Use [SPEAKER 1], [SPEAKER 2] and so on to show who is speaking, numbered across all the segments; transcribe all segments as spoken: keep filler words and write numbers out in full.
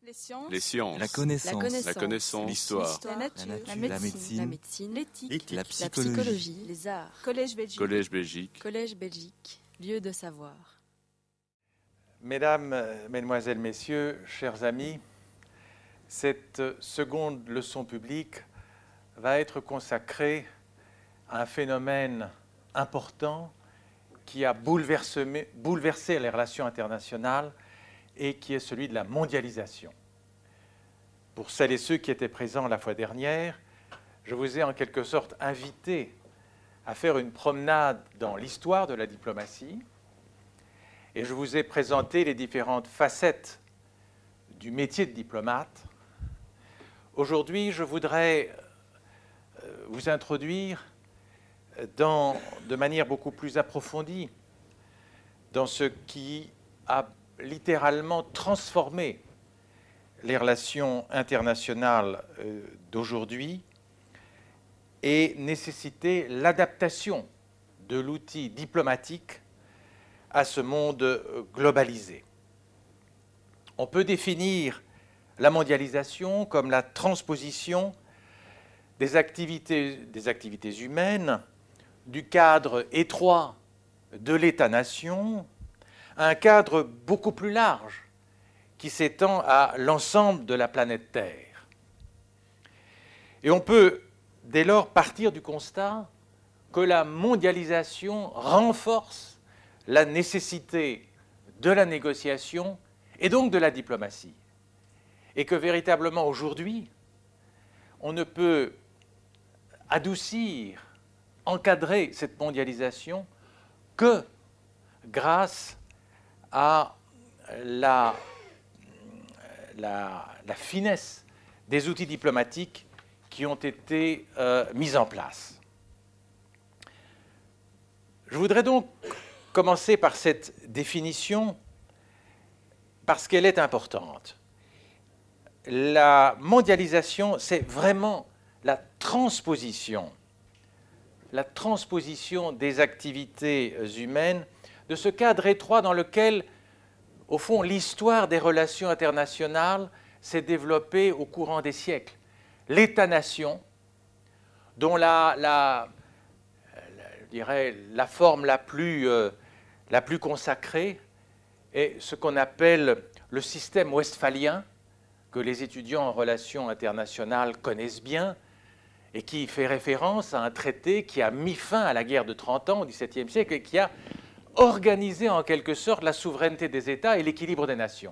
[SPEAKER 1] Les sciences,
[SPEAKER 2] les sciences,
[SPEAKER 3] la connaissance,
[SPEAKER 2] la connaissance, l'histoire,
[SPEAKER 1] la nature,
[SPEAKER 3] la, nature,
[SPEAKER 1] la
[SPEAKER 3] la
[SPEAKER 1] médecine,
[SPEAKER 3] médecine,
[SPEAKER 1] l'éthique,
[SPEAKER 3] la,
[SPEAKER 1] la
[SPEAKER 3] psychologie.
[SPEAKER 1] psychologie, les arts, Collège Belgique,
[SPEAKER 2] Collège Belgique,
[SPEAKER 1] Collège Belgique, lieu de savoir.
[SPEAKER 4] Mesdames, Mesdemoiselles, Messieurs, chers amis, cette seconde leçon publique va être consacrée à un phénomène important qui a bouleversé, bouleversé les relations internationales et qui est celui de la mondialisation. Pour celles et ceux qui étaient présents la fois dernière, je vous ai en quelque sorte invité à faire une promenade dans l'histoire de la diplomatie et je vous ai présenté les différentes facettes du métier de diplomate. Aujourd'hui, je voudrais vous introduire dans, de manière beaucoup plus approfondie dans ce qui a littéralement transformé les relations internationales d'aujourd'hui et nécessité l'adaptation de l'outil diplomatique à ce monde globalisé. On peut définir la mondialisation comme la transposition des activités, des activités humaines du cadre étroit de l'État-nation à un cadre beaucoup plus large qui s'étend à l'ensemble de la planète Terre. Et on peut dès lors partir du constat que la mondialisation renforce la nécessité de la négociation et donc de la diplomatie. Et que véritablement aujourd'hui, on ne peut adoucir, encadrer cette mondialisation que grâce à la, la, la finesse des outils diplomatiques qui ont été euh, mis en place. Je voudrais donc commencer par cette définition parce qu'elle est importante. La mondialisation, c'est vraiment la transposition, la transposition des activités humaines de ce cadre étroit dans lequel, au fond, l'histoire des relations internationales s'est développée au courant des siècles. L'État-nation, dont la, la, la, je dirais, la forme la plus, euh, la plus consacrée est ce qu'on appelle le système westphalien, que les étudiants en relations internationales connaissent bien, et qui fait référence à un traité qui a mis fin à la guerre de trente ans au dix-septième siècle et qui a organisé en quelque sorte la souveraineté des États et l'équilibre des nations.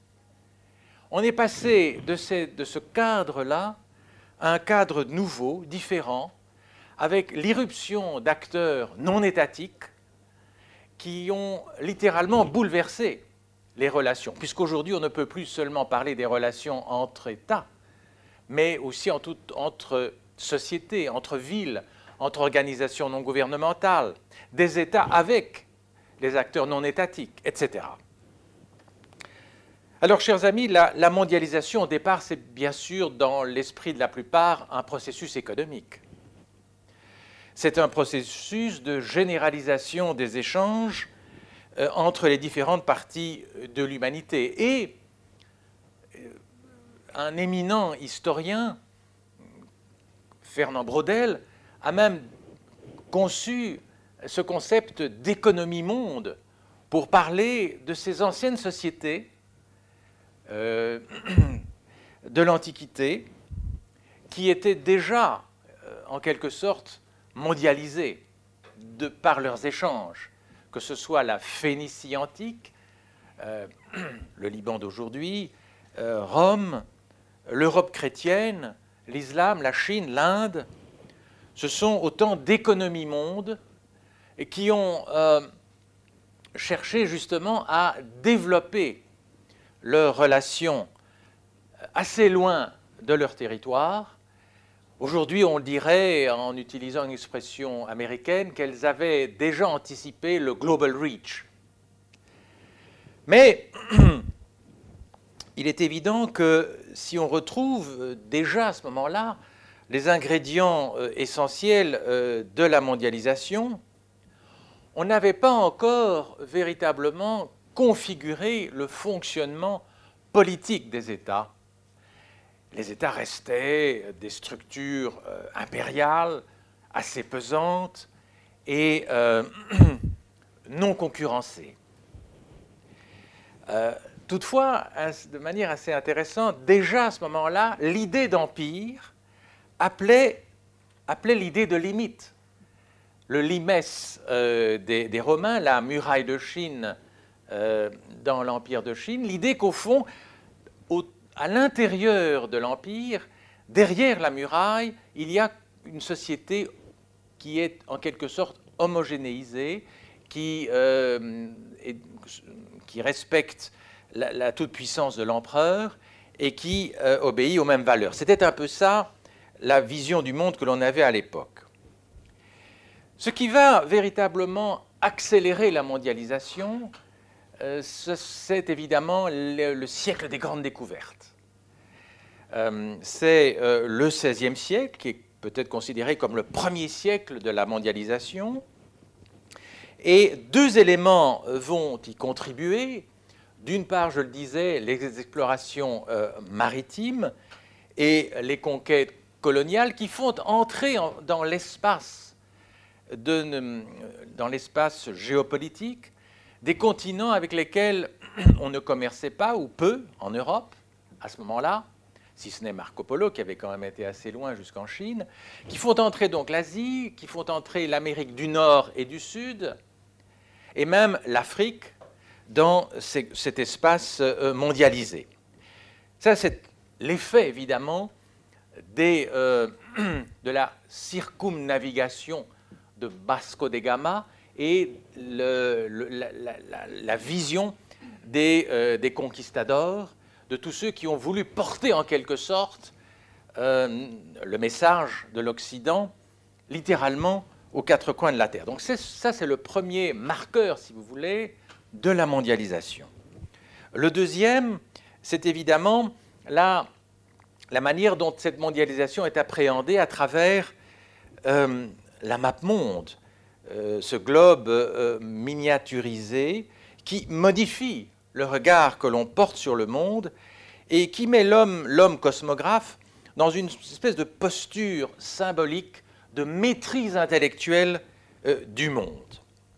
[SPEAKER 4] On est passé de, ces, de ce cadre-là à un cadre nouveau, différent, avec l'irruption d'acteurs non étatiques qui ont littéralement bouleversé les relations, puisqu'aujourd'hui on ne peut plus seulement parler des relations entre États, mais aussi en tout, entre sociétés, entre villes, entre organisations non gouvernementales, des États avec les acteurs non étatiques, et cetera. Alors, chers amis, la, la mondialisation, au départ, c'est bien sûr, dans l'esprit de la plupart, un processus économique. C'est un processus de généralisation des échanges euh, entre les différentes parties de l'humanité. Et euh, un éminent historien, Fernand Braudel, a même conçu ce concept d'économie-monde pour parler de ces anciennes sociétés euh, de l'Antiquité qui étaient déjà, euh, en quelque sorte, mondialisées de, par leurs échanges, que ce soit la Phénicie antique, euh, le Liban d'aujourd'hui, euh, Rome, l'Europe chrétienne, l'islam, la Chine, l'Inde. Ce sont autant d'économies-mondes qui ont euh, cherché justement à développer leurs relations assez loin de leur territoire. Aujourd'hui, on dirait, en utilisant une expression américaine, qu'elles avaient déjà anticipé le global reach. Mais il est évident que si on retrouve déjà à ce moment-là les ingrédients essentiels de la mondialisation, on n'avait pas encore véritablement configuré le fonctionnement politique des États. Les États restaient des structures euh, impériales, assez pesantes et euh, non concurrencées. Euh, toutefois, de manière assez intéressante, déjà à ce moment-là, l'idée d'empire appelait, appelait l'idée de limite. Le limes euh, des, des Romains, la muraille de Chine euh, dans l'Empire de Chine, l'idée qu'au fond, au, à l'intérieur de l'Empire, derrière la muraille, il y a une société qui est en quelque sorte homogénéisée, qui, euh, est, qui respecte la, la toute-puissance de l'empereur et qui euh, obéit aux mêmes valeurs. C'était un peu ça, la vision du monde que l'on avait à l'époque. Ce qui va véritablement accélérer la mondialisation, euh, c'est évidemment le, le siècle des grandes découvertes. Euh, c'est euh, le seizième siècle, qui est peut-être considéré comme le premier siècle de la mondialisation. Et deux éléments vont y contribuer. D'une part, je le disais, les explorations euh, maritimes et les conquêtes coloniales qui font entrer en, dans l'espace de, dans l'espace géopolitique des continents avec lesquels on ne commerçait pas ou peu en Europe à ce moment-là, si ce n'est Marco Polo qui avait quand même été assez loin jusqu'en Chine, qui font entrer donc l'Asie, qui font entrer l'Amérique du Nord et du Sud, et même l'Afrique dans ces, cet espace euh, mondialisé. Ça, c'est l'effet, évidemment, des, euh, de la circumnavigation de Vasco de Gama et le, le, la, la, la vision des, euh, des conquistadors, de tous ceux qui ont voulu porter en quelque sorte euh, le message de l'Occident, littéralement, aux quatre coins de la Terre. Donc ça, c'est le premier marqueur, si vous voulez, de la mondialisation. Le deuxième, c'est évidemment la, la manière dont cette mondialisation est appréhendée à travers euh, la map monde, euh, ce globe euh, miniaturisé qui modifie le regard que l'on porte sur le monde et qui met l'homme, l'homme cosmographe dans une espèce de posture symbolique de maîtrise intellectuelle euh, du monde.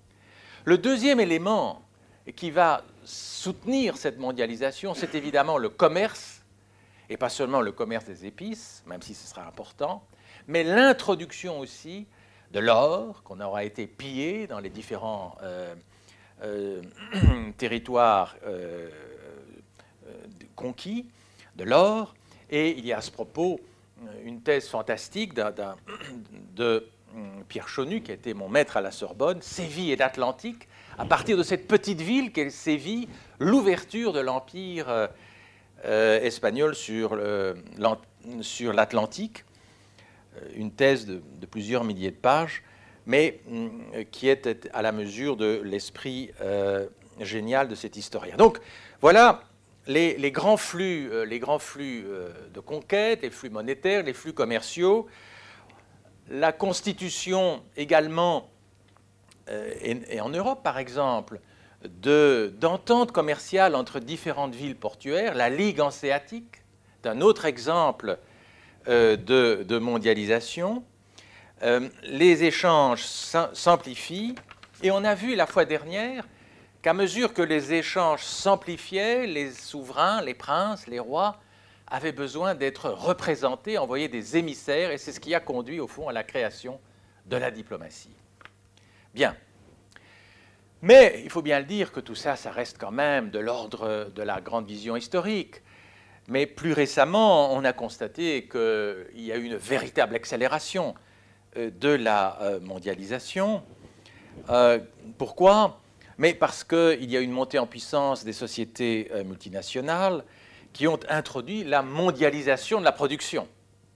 [SPEAKER 4] Le deuxième élément qui va soutenir cette mondialisation, c'est évidemment le commerce, et pas seulement le commerce des épices, même si ce sera important, mais l'introduction aussi de l'or, qu'on aura été pillé dans les différents euh, euh, territoires euh, euh, conquis, de l'or, et il y a à ce propos une thèse fantastique d'un, d'un, de Pierre Chonu, qui a été mon maître à la Sorbonne, Séville et l'Atlantique, à partir de cette petite ville qu'est Séville, l'ouverture de l'empire euh, euh, espagnol sur, le, sur l'Atlantique, une thèse de, de plusieurs milliers de pages, mais euh, qui est à la mesure de l'esprit euh, génial de cet historien. Donc voilà les, les grands flux, euh, les grands flux euh, de conquête, les flux monétaires, les flux commerciaux, la constitution également, euh, et, et en Europe par exemple, de, d'ententes commerciales entre différentes villes portuaires, la Ligue hanséatique, c'est un autre exemple euh, de, de mondialisation. Euh, les échanges s'amplifient, et on a vu la fois dernière qu'à mesure que les échanges s'amplifiaient, les souverains, les princes, les rois avaient besoin d'être représentés, envoyer des émissaires, et c'est ce qui a conduit au fond à la création de la diplomatie. Bien. Mais il faut bien le dire que tout ça, ça reste quand même de l'ordre de la grande vision historique. Mais plus récemment, on a constaté qu'il y a eu une véritable accélération de la mondialisation. Euh, pourquoi ? Mais parce qu'il y a une montée en puissance des sociétés multinationales qui ont introduit la mondialisation de la production.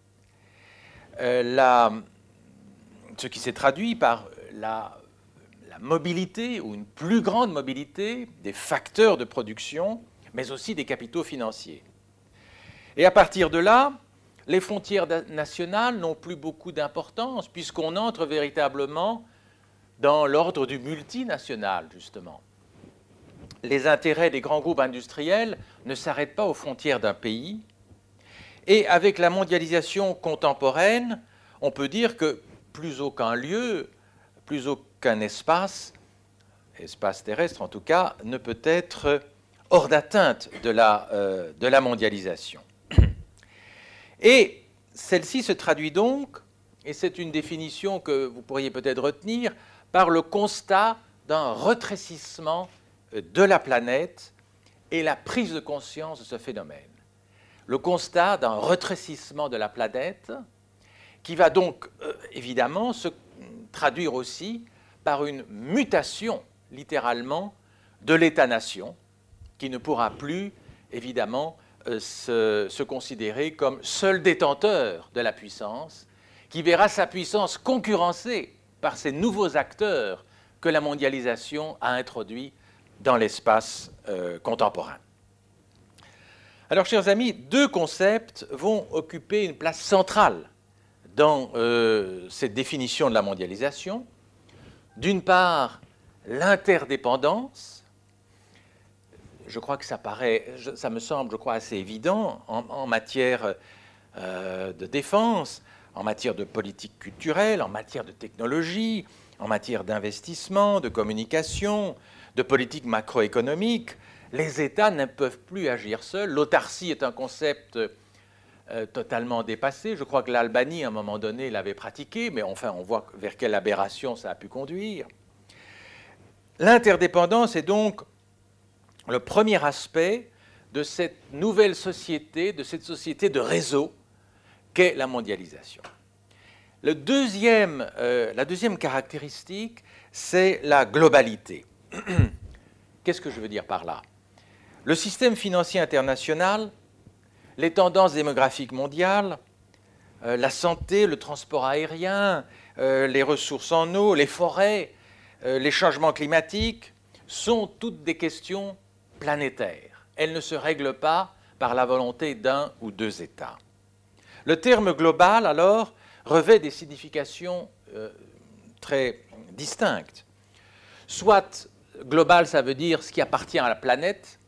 [SPEAKER 4] Euh, la, ce qui s'est traduit par la, la mobilité, ou une plus grande mobilité, des facteurs de production, mais aussi des capitaux financiers. Et à partir de là, les frontières nationales n'ont plus beaucoup d'importance, puisqu'on entre véritablement dans l'ordre du multinational, justement. les intérêts des grands groupes industriels ne s'arrêtent pas aux frontières d'un pays. Et avec la mondialisation contemporaine, on peut dire que plus aucun lieu, plus aucun espace, espace terrestre en tout cas, ne peut être hors d'atteinte de la, euh, de la mondialisation. Et celle-ci se traduit donc, et c'est une définition que vous pourriez peut-être retenir, par le constat d'un retrécissement de la planète et la prise de conscience de ce phénomène. Le constat d'un retrécissement de la planète qui va donc euh, évidemment se traduire aussi par une mutation, littéralement, de l'État-nation, qui ne pourra plus, évidemment, euh, se, se considérer comme seul détenteur de la puissance, qui verra sa puissance concurrencée par ces nouveaux acteurs que la mondialisation a introduits dans l'espace euh, contemporain. Alors, chers amis, deux concepts vont occuper une place centrale dans euh, cette définition de la mondialisation. D'une part, l'interdépendance. Je crois que ça paraît, ça me semble, je crois, assez évident en, en matière euh, de défense, en matière de politique culturelle, en matière de technologie, en matière d'investissement, de communication, de politique macroéconomique. Les États ne peuvent plus agir seuls. L'autarcie est un concept euh, totalement dépassé. Je crois que l'Albanie, à un moment donné, l'avait pratiqué, mais enfin, on voit vers quelle aberration ça a pu conduire. L'interdépendance est donc le premier aspect de cette nouvelle société, de cette société de réseau qu'est la mondialisation. Le deuxième, euh, la deuxième caractéristique, c'est la globalité. Qu'est-ce que je veux dire par là? Le système financier international, les tendances démographiques mondiales, euh, la santé, le transport aérien, euh, les ressources en eau, les forêts, euh, les changements climatiques, sont toutes des questions planétaires. Elles ne se règlent pas par la volonté d'un ou deux États. Le terme global, alors, revêt des significations euh, très distinctes. Soit global, ça veut dire ce qui appartient à la planète.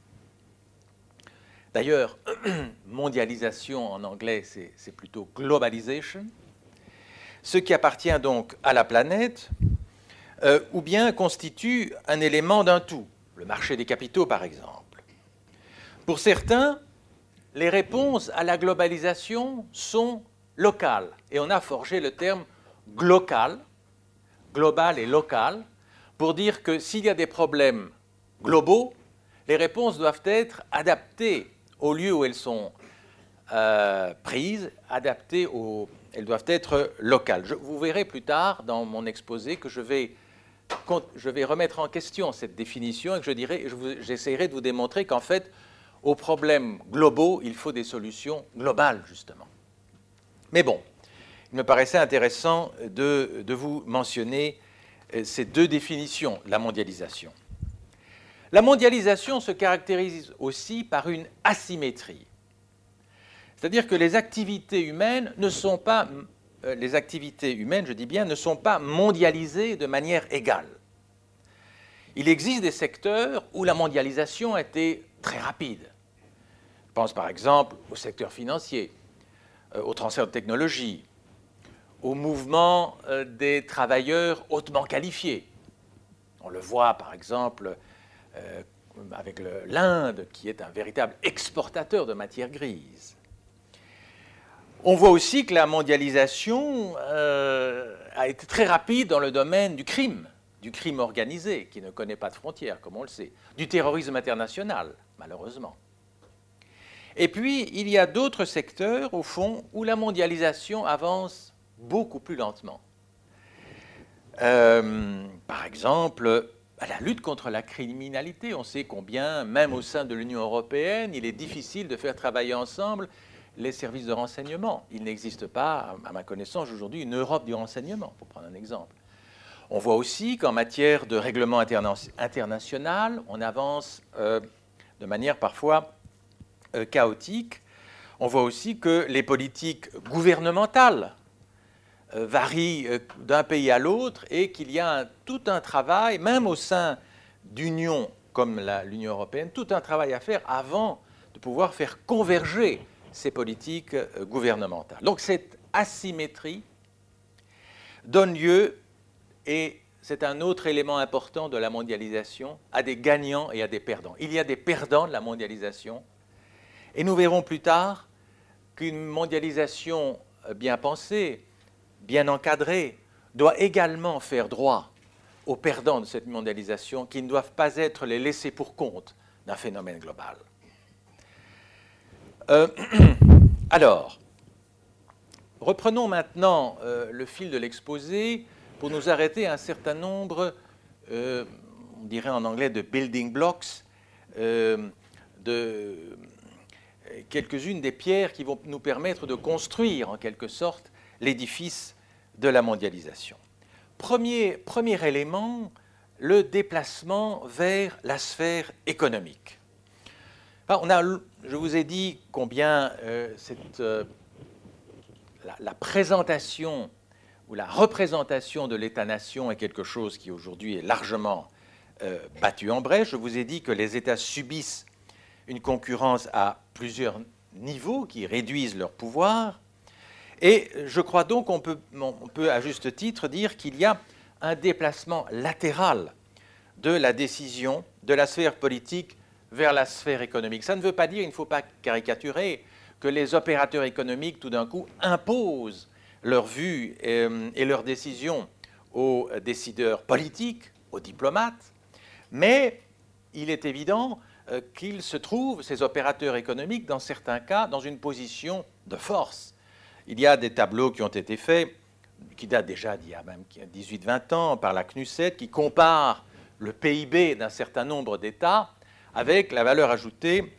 [SPEAKER 4] D'ailleurs, mondialisation en anglais, c'est, c'est plutôt globalization. Ce qui appartient donc à la planète, euh, ou bien constitue un élément d'un tout, le marché des capitaux par exemple. Pour certains, les réponses à la globalisation sont locales, et on a forgé le terme glocal, global et local, pour dire que s'il y a des problèmes globaux, les réponses doivent être adaptées au lieu où elles sont euh, prises, adaptées au, elles doivent être locales. Je, vous verrez plus tard dans mon exposé que je vais, je vais remettre en question cette définition et que je dirai, je vous, j'essaierai de vous démontrer qu'en fait, aux problèmes globaux, il faut des solutions globales, justement. Mais bon, il me paraissait intéressant de, de vous mentionner ces deux définitions de la mondialisation. La mondialisation se caractérise aussi par une asymétrie. C'est-à-dire que les activités humaines ne sont pas, euh, les activités humaines, je dis bien, ne sont pas mondialisées de manière égale. Il existe des secteurs où la mondialisation a été très rapide. Je pense par exemple au secteur financier, euh, au transfert de technologie, au mouvement euh, des travailleurs hautement qualifiés. On le voit par exemple euh, avec le, l'Inde, qui est un véritable exportateur de matières grises. On voit aussi que la mondialisation euh, a été très rapide dans le domaine du crime, du crime organisé, qui ne connaît pas de frontières, comme on le sait, du terrorisme international, malheureusement. Et puis, il y a d'autres secteurs, au fond, où la mondialisation avance beaucoup plus lentement. Euh, par exemple, à la lutte contre la criminalité. On sait combien, même au sein de l'Union européenne, il est difficile de faire travailler ensemble les services de renseignement. Il n'existe pas, à ma connaissance, aujourd'hui, une Europe du renseignement, pour prendre un exemple. On voit aussi qu'en matière de règlement interna- international, on avance euh, de manière parfois euh, chaotique. On voit aussi que les politiques gouvernementales euh, varient euh, d'un pays à l'autre et qu'il y a un, tout un travail, même au sein d'unions comme l'Union européenne, tout un travail à faire avant de pouvoir faire converger ces politiques gouvernementales. Donc cette asymétrie donne lieu, et c'est un autre élément important de la mondialisation, à des gagnants et à des perdants. Il y a des perdants de la mondialisation, et nous verrons plus tard qu'une mondialisation bien pensée, bien encadrée, doit également faire droit aux perdants de cette mondialisation, qui ne doivent pas être les laissés pour compte d'un phénomène global. Euh, alors, reprenons maintenant euh, le fil de l'exposé pour nous arrêter à un certain nombre, euh, on dirait en anglais, de building blocks, euh, de quelques-unes des pierres qui vont nous permettre de construire en quelque sorte l'édifice de la mondialisation. Premier, premier élément, le déplacement vers la sphère économique. Alors, on a, je vous ai dit combien euh, cette, euh, la, la présentation ou la représentation de l'État-nation est quelque chose qui aujourd'hui est largement euh, battu en brèche. Je vous ai dit que les États subissent une concurrence à plusieurs niveaux qui réduisent leur pouvoir. Et je crois donc qu'on peut, on peut à juste titre dire qu'il y a un déplacement latéral de la décision de la sphère politique vers la sphère économique. Ça ne veut pas dire, il ne faut pas caricaturer, que les opérateurs économiques tout d'un coup imposent leurs vues et, et leurs décisions aux décideurs politiques, aux diplomates, mais il est évident qu'ils se trouvent, ces opérateurs économiques, dans certains cas, dans une position de force. Il y a des tableaux qui ont été faits, qui datent déjà d'il y a même dix-huit vingt ans, par la C N U S E T, qui comparent le P I B d'un certain nombre d'États avec la valeur ajoutée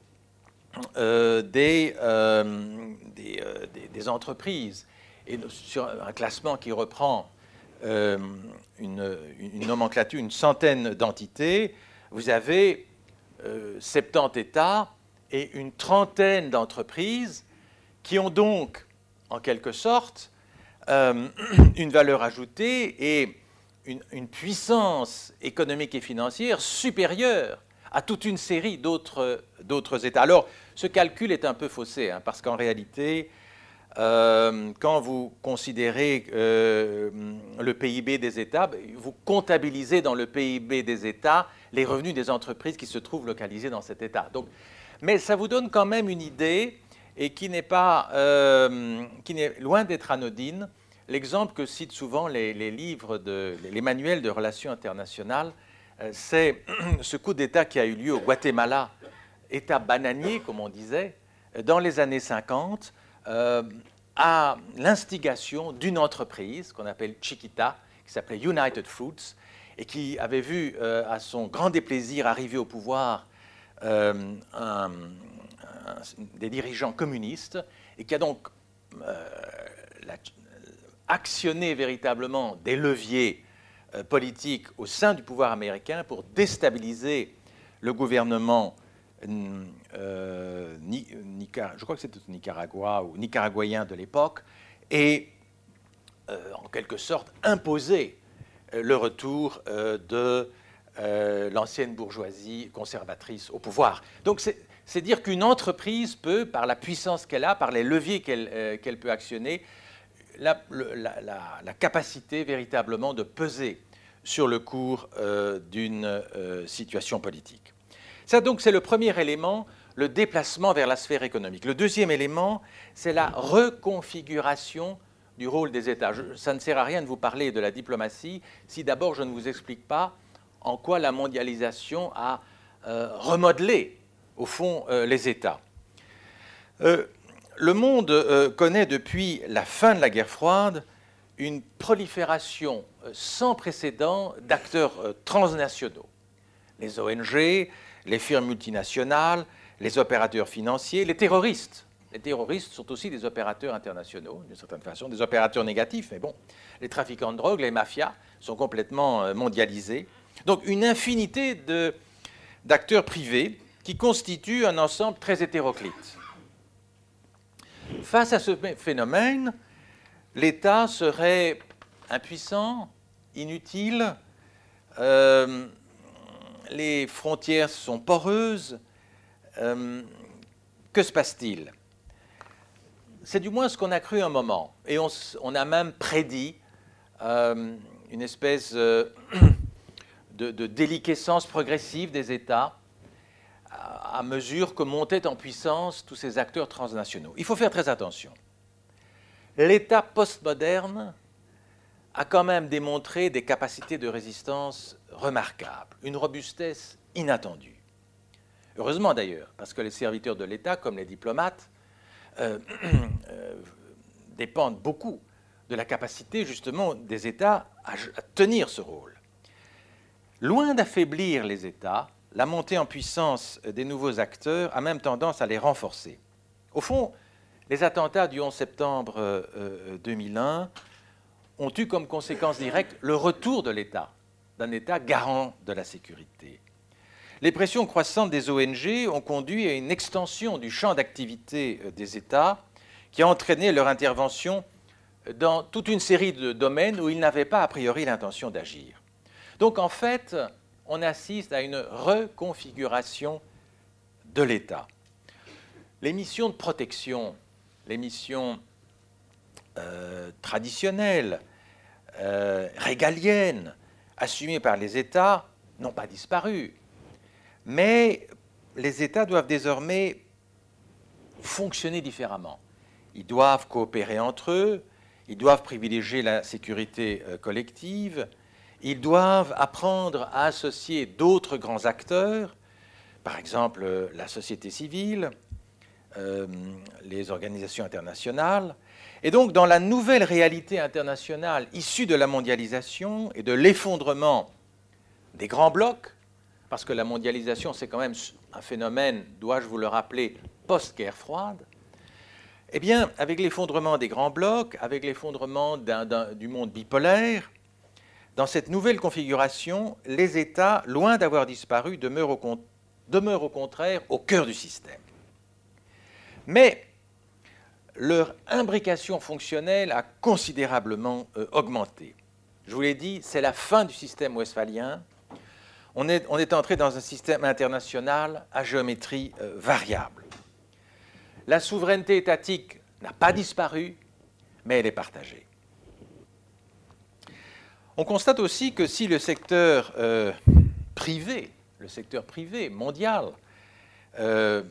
[SPEAKER 4] euh, des, euh, des, euh, des, des entreprises. Et sur un classement qui reprend euh, une, une nomenclature, une centaine d'entités, vous avez euh, soixante-dix États et une trentaine d'entreprises qui ont donc, en quelque sorte, euh, une valeur ajoutée et une, une puissance économique et financière supérieure à toute une série d'autres d'autres États. Alors, ce calcul est un peu faussé, hein, parce qu'en réalité, euh, quand vous considérez euh, le P I B des États, vous comptabilisez dans le P I B des États les revenus des entreprises qui se trouvent localisées dans cet État. Donc, mais ça vous donne quand même une idée, et qui n'est pas, euh, qui n'est loin d'être anodine. L'exemple que citent souvent les, les livres, de, les manuels de relations internationales, euh, c'est ce coup d'État qui a eu lieu au Guatemala, État bananier, comme on disait, dans les années cinquante, euh, à l'instigation d'une entreprise qu'on appelle Chiquita, qui s'appelait United Fruits, et qui avait vu, euh, à son grand déplaisir, arriver au pouvoir euh, un... des dirigeants communistes, et qui a donc euh, la, actionné véritablement des leviers euh, politiques au sein du pouvoir américain pour déstabiliser le gouvernement euh, ni, Nicar, je crois que c'était Nicaragua ou nicaraguayen de l'époque, et euh, en quelque sorte imposer euh, le retour euh, de euh, l'ancienne bourgeoisie conservatrice au pouvoir. Donc c'est C'est dire qu'une entreprise peut, par la puissance qu'elle a, par les leviers qu'elle euh, qu'elle peut actionner, la, la, la, la capacité véritablement de peser sur le cours euh, d'une euh, situation politique. Ça, donc, c'est le premier élément, le déplacement vers la sphère économique. Le deuxième élément, c'est la reconfiguration du rôle des États. Je, ça ne sert à rien de vous parler de la diplomatie si d'abord je ne vous explique pas en quoi la mondialisation a euh, remodelé au fond, euh, les États. Euh, le monde euh, connaît depuis la fin de la guerre froide une prolifération euh, sans précédent d'acteurs euh, transnationaux. Les O N G, les firmes multinationales, les opérateurs financiers, les terroristes. Les terroristes sont aussi des opérateurs internationaux, d'une certaine façon, des opérateurs négatifs, mais bon, les trafiquants de drogue, les mafias sont complètement euh, mondialisés. Donc une infinité de, d'acteurs privés qui constitue un ensemble très hétéroclite. Face à ce phénomène, l'État serait impuissant, inutile, euh, les frontières sont poreuses. Euh, que se passe-t-il? C'est du moins ce qu'on a cru un moment. Et on, on a même prédit euh, une espèce euh, de, de déliquescence progressive des États à, à mesure que montaient en puissance tous ces acteurs transnationaux. Il faut faire très attention. L'État postmoderne a quand même démontré des capacités de résistance remarquables, une robustesse inattendue. Heureusement d'ailleurs, parce que les serviteurs de l'État, comme les diplomates, euh, euh, dépendent beaucoup de la capacité justement des États à, à tenir ce rôle. Loin d'affaiblir les États, la montée en puissance des nouveaux acteurs a même tendance à les renforcer. Au fond, les attentats du onze septembre euh, deux mille un ont eu comme conséquence directe le retour de l'État, d'un État garant de la sécurité. Les pressions croissantes des O N G ont conduit à une extension du champ d'activité des États qui a entraîné leur intervention dans toute une série de domaines où ils n'avaient pas a priori l'intention d'agir. Donc en fait, on assiste à une reconfiguration de l'État. Les missions de protection, les missions euh, traditionnelles, euh, régaliennes, assumées par les États, n'ont pas disparu. Mais les États doivent désormais fonctionner différemment. Ils doivent coopérer entre eux, ils doivent privilégier la sécurité euh, collective, ils doivent apprendre à associer d'autres grands acteurs, par exemple euh, la société civile, euh, les organisations internationales. Et donc, dans la nouvelle réalité internationale issue de la mondialisation et de l'effondrement des grands blocs, parce que la mondialisation, c'est quand même un phénomène, dois-je vous le rappeler, post-guerre froide, eh bien, avec l'effondrement des grands blocs, avec l'effondrement d'un, d'un, du monde bipolaire, dans cette nouvelle configuration, les États, loin d'avoir disparu, demeurent au, demeurent au contraire au cœur du système. Mais leur imbrication fonctionnelle a considérablement euh, augmenté. Je vous l'ai dit, c'est la fin du système westphalien. On est, on est entré dans un système international à géométrie euh, variable. La souveraineté étatique n'a pas disparu, mais elle est partagée. On constate aussi que si le secteur euh, privé, le secteur privé mondial, euh,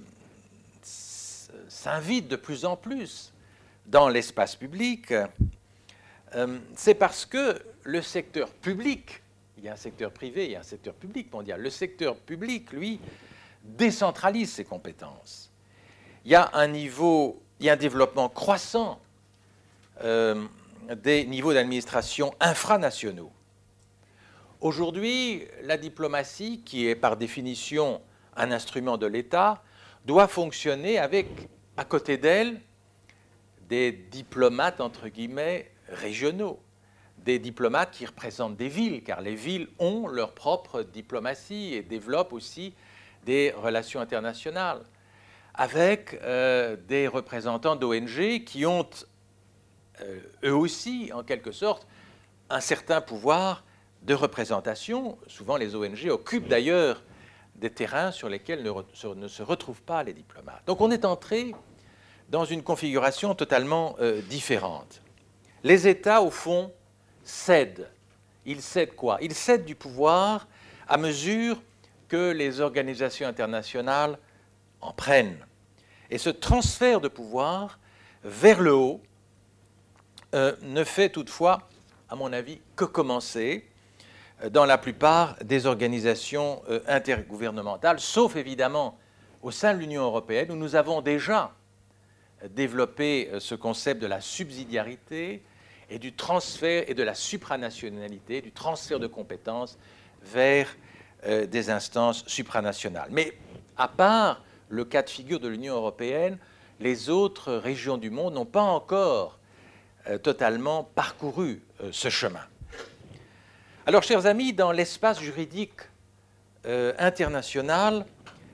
[SPEAKER 4] s'invite de plus en plus dans l'espace public, euh, c'est parce que le secteur public, il y a un secteur privé, il y a un secteur public mondial, le secteur public, lui, décentralise ses compétences. Il y a un niveau, il y a un développement croissant euh, des niveaux d'administration infranationaux. Aujourd'hui, la diplomatie, qui est par définition un instrument de l'État, doit fonctionner avec, à côté d'elle, des diplomates, entre guillemets, régionaux, des diplomates qui représentent des villes, car les villes ont leur propre diplomatie et développent aussi des relations internationales, avec euh, des représentants d'O N G qui ont, euh, eux aussi, en quelque sorte, un certain pouvoir de représentation. Souvent, les O N G occupent d'ailleurs des terrains sur lesquels ne, re, ne se retrouvent pas les diplomates. Donc on est entré dans une configuration totalement euh, différente. Les États, au fond, cèdent. Ils cèdent quoi? Ils cèdent du pouvoir à mesure que les organisations internationales en prennent. Et ce transfert de pouvoir vers le haut euh, ne fait toutefois, à mon avis, que commencer dans la plupart des organisations euh, intergouvernementales, sauf évidemment au sein de l'Union européenne, où nous avons déjà développé euh, ce concept de la subsidiarité et du transfert et de la supranationalité, du transfert de compétences vers euh, des instances supranationales. Mais à part le cas de figure de l'Union européenne, les autres régions du monde n'ont pas encore euh, totalement parcouru euh, ce chemin. Alors, chers amis, dans l'espace juridique euh, international,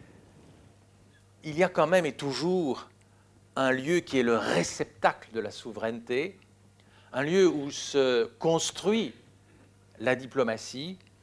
[SPEAKER 4] il y a quand même et toujours un lieu qui est le réceptacle de la souveraineté, un lieu où se construit la diplomatie,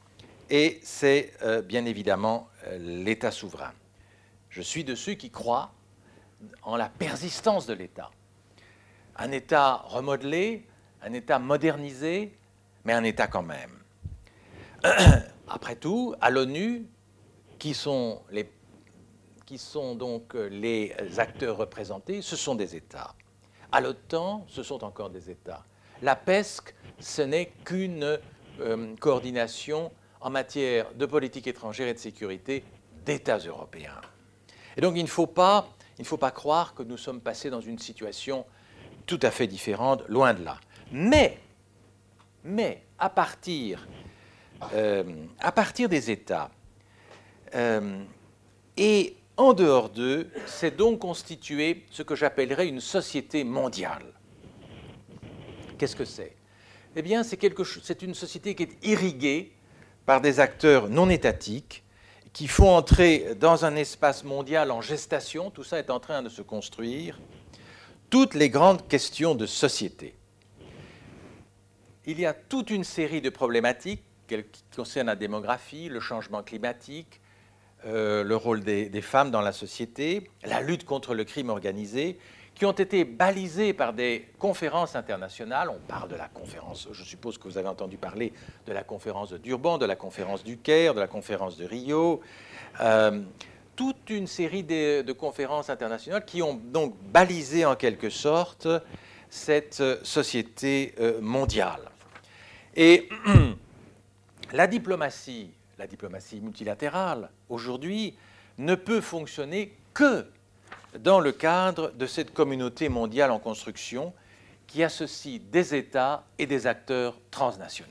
[SPEAKER 3] et c'est euh, bien évidemment euh, l'État souverain. Je suis de ceux qui croient en la persistance de l'État. Un État remodelé, un État modernisé, mais un État quand même. Après tout, à l'ONU, qui sont les, qui sont donc les acteurs représentés, ce sont des États. À l'OTAN, ce sont encore des États. La PESC, ce n'est qu'une euh, coordination en matière de politique étrangère et de sécurité d'États européens. Et donc il ne faut pas, il ne faut pas croire que nous sommes passés dans une situation tout à fait différente, loin de là. Mais, mais à partir, euh, à partir des États euh, et en dehors d'eux, c'est donc constitué ce que j'appellerais une société mondiale. Qu'est-ce que c'est? Eh bien, c'est quelque chose, c'est une société qui est irriguée par des acteurs non étatiques qui font entrer dans un espace mondial en gestation, tout ça est en train de se construire, toutes les grandes questions de société. Il y a toute une série de problématiques qui concernent la démographie, le changement climatique, euh, le rôle des, des femmes dans la société, la lutte contre le crime organisé, qui ont été balisées par des conférences internationales. On parle de la conférence, je suppose que vous avez entendu parler de la conférence de Durban, de la conférence du Caire, de la conférence de Rio, euh, toute une série de, de conférences internationales qui ont donc balisé en quelque sorte cette société euh, mondiale. Et la diplomatie, la diplomatie multilatérale, aujourd'hui, ne peut fonctionner que dans le cadre de cette communauté mondiale en construction qui associe des États et des acteurs transnationaux.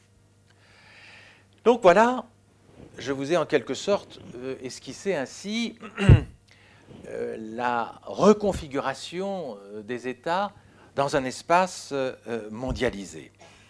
[SPEAKER 3] Donc voilà, je vous ai en quelque sorte euh, esquissé ainsi euh, la reconfiguration euh, des États dans un espace euh, mondialisé.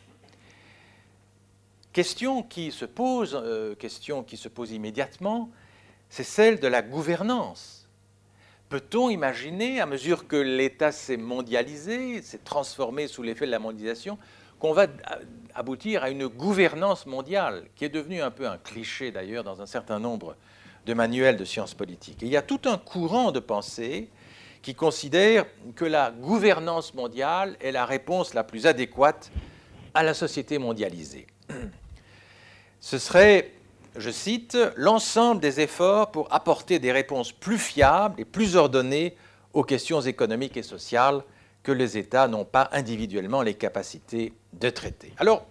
[SPEAKER 3] Question qui se pose, euh, question qui se pose immédiatement, c'est celle de la gouvernance. Peut-on imaginer, à mesure que l'État s'est mondialisé, s'est transformé sous l'effet de la mondialisation, qu'on va aboutir à une gouvernance mondiale, qui est devenue un peu un cliché d'ailleurs dans un certain nombre de manuels de sciences politiques. Et il y a tout un courant de pensée qui considère que la gouvernance mondiale est la réponse la plus adéquate à la société mondialisée. Ce serait, je cite, l'ensemble des efforts pour apporter des réponses plus fiables et plus ordonnées aux questions économiques et sociales que les États n'ont pas individuellement les capacités de traiter. Alors,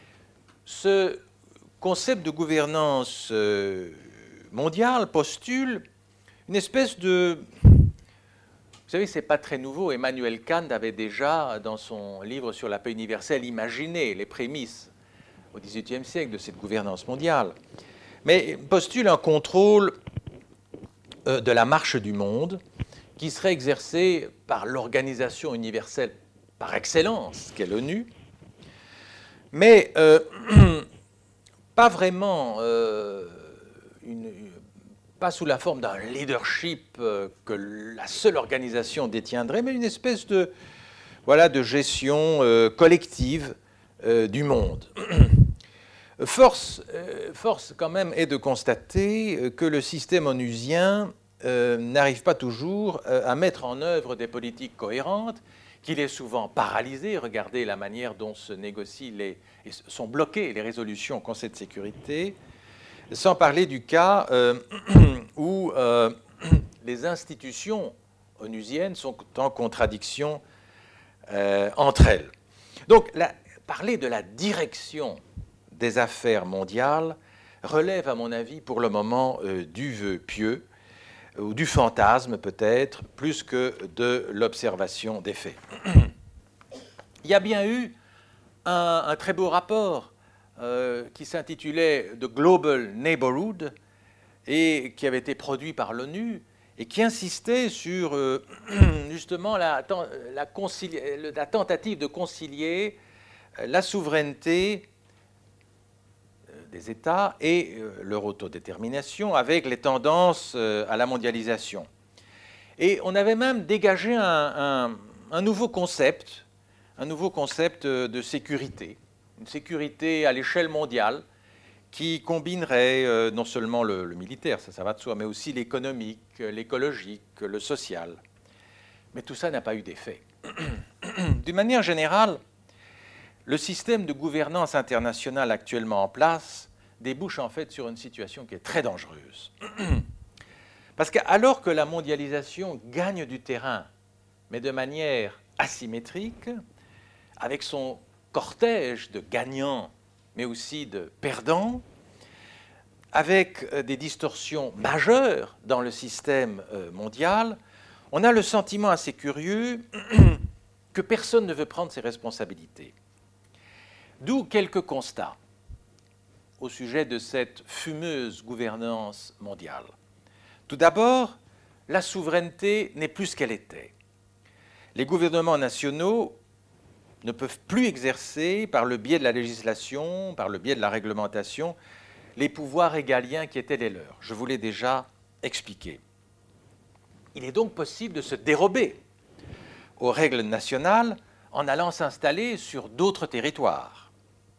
[SPEAKER 3] ce concept de gouvernance mondiale postule une espèce de... Vous savez, ce n'est pas très nouveau. Emmanuel Kant avait déjà, dans son livre sur la paix universelle, imaginé les prémices au dix-huitième siècle de cette gouvernance mondiale. Mais postule un contrôle euh, de la marche du monde qui serait exercé par l'organisation universelle par excellence, qu'est l'ONU, mais euh, pas vraiment, euh, une, une, pas sous la forme d'un leadership euh, que la seule organisation détiendrait, mais une espèce de, voilà, de gestion euh, collective euh, du monde. Force, euh, force quand même est de constater que le système onusien euh, n'arrive pas toujours euh, à mettre en œuvre des politiques cohérentes, qu'il est souvent paralysé. Regardez la manière dont se négocient les, et sont bloquées les résolutions au Conseil de sécurité, sans parler du cas euh, où euh, les institutions onusiennes sont en contradiction euh, entre elles. Donc, la, parler de la direction des affaires mondiales relève, à mon avis, pour le moment, euh, du vœu pieux, ou du fantasme peut-être, plus que de l'observation des faits. Il y a bien eu un, un très beau rapport euh, qui s'intitulait « The Global Neighborhood » et qui avait été produit par l'ONU et qui insistait sur euh, justement la, la, la tentative de concilier la souveraineté des États et euh, leur autodétermination avec les tendances euh, à la mondialisation. Et on avait même dégagé un, un, un nouveau concept, un nouveau concept de sécurité, une sécurité à l'échelle mondiale qui combinerait euh, non seulement le, le militaire, ça, ça va de soi, mais aussi l'économique, l'écologique, le social. Mais tout ça n'a pas eu d'effet. D'une manière générale, le système de gouvernance internationale actuellement en place débouche en fait sur une situation qui est très dangereuse. Parce qu'alors que la mondialisation gagne du terrain, mais de manière asymétrique, avec son cortège de gagnants, mais aussi de perdants, avec des distorsions majeures dans le système mondial, on a le sentiment assez curieux que personne ne veut prendre ses responsabilités. D'où quelques constats au sujet de cette fumeuse gouvernance mondiale. Tout d'abord, la souveraineté n'est plus ce qu'elle était. Les gouvernements nationaux ne peuvent plus exercer, par le biais de la législation, par le biais de la réglementation, les pouvoirs régaliens qui étaient les leurs. Je vous l'ai déjà expliqué. Il est donc possible de se dérober aux règles nationales en allant s'installer sur d'autres territoires.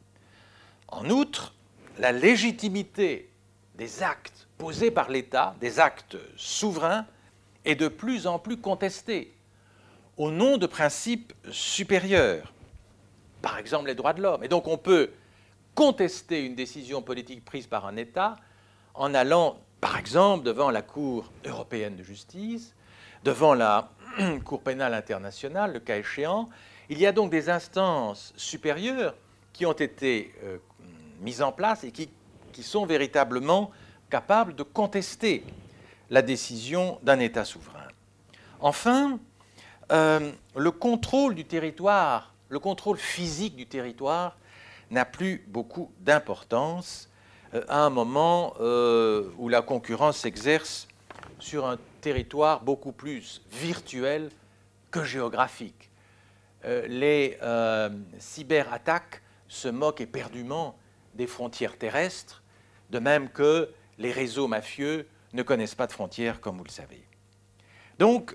[SPEAKER 3] En outre, la légitimité des actes posés par l'État, des actes souverains, est de plus en plus contestée au nom de principes supérieurs, par exemple les droits de l'homme. Et donc on peut contester une décision politique prise par un État en allant, par exemple, devant la Cour européenne de justice, devant la Cour pénale internationale, le cas échéant. Il y a donc des instances supérieures qui ont été euh, mises en place et qui, qui sont véritablement capables de contester la décision d'un État souverain. Enfin, euh, le contrôle du territoire, le contrôle physique du territoire n'a plus beaucoup d'importance euh, à un moment euh, où la concurrence s'exerce sur un territoire beaucoup plus virtuel que géographique. Euh, les euh, cyberattaques se moquent éperdument des frontières terrestres, de même que les réseaux mafieux ne connaissent pas de frontières, comme vous le savez. Donc,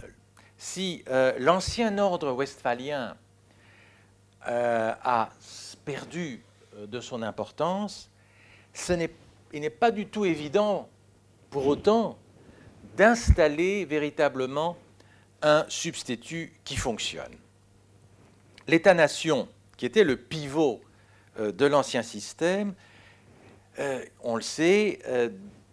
[SPEAKER 3] si euh, l'ancien ordre westphalien euh, a perdu de son importance, ce n'est, il n'est pas du tout évident, pour autant, d'installer véritablement un substitut qui fonctionne. L'État-nation, qui était le pivot euh, de l'ancien système, euh, on le sait, euh,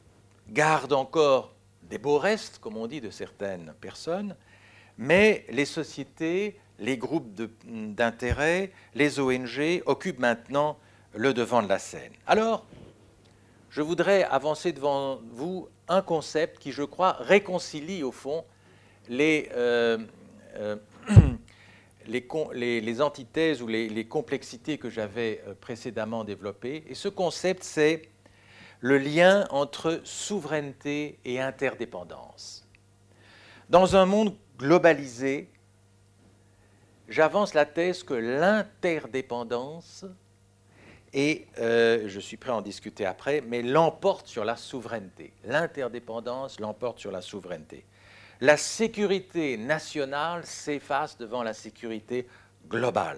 [SPEAKER 3] garde encore des beaux restes, comme on dit de certaines personnes, mais les sociétés, les groupes de, d'intérêt, les O N G occupent maintenant le devant de la scène. Alors, je voudrais avancer devant vous un concept qui, je crois, réconcilie au fond les, euh, euh, les, les, les antithèses ou les, les complexités que j'avais précédemment développées. Et ce concept, c'est le lien entre souveraineté et interdépendance. Dans un monde globalisé, j'avance la thèse que l'interdépendance, et euh, je suis prêt à en discuter après, mais l'emporte sur la souveraineté. L'interdépendance l'emporte sur la souveraineté. La sécurité nationale s'efface devant la sécurité globale.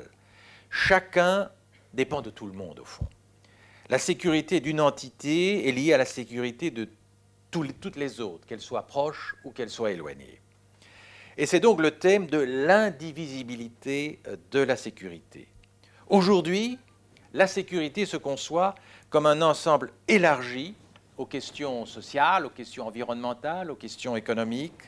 [SPEAKER 3] Chacun dépend de tout le monde, au fond. La sécurité d'une entité est liée à la sécurité de tous les, toutes les autres, qu'elles soient proches ou qu'elles soient éloignées. Et c'est donc le thème de l'indivisibilité de la sécurité. Aujourd'hui, la sécurité se conçoit comme un ensemble élargi aux questions sociales, aux questions environnementales, aux questions économiques,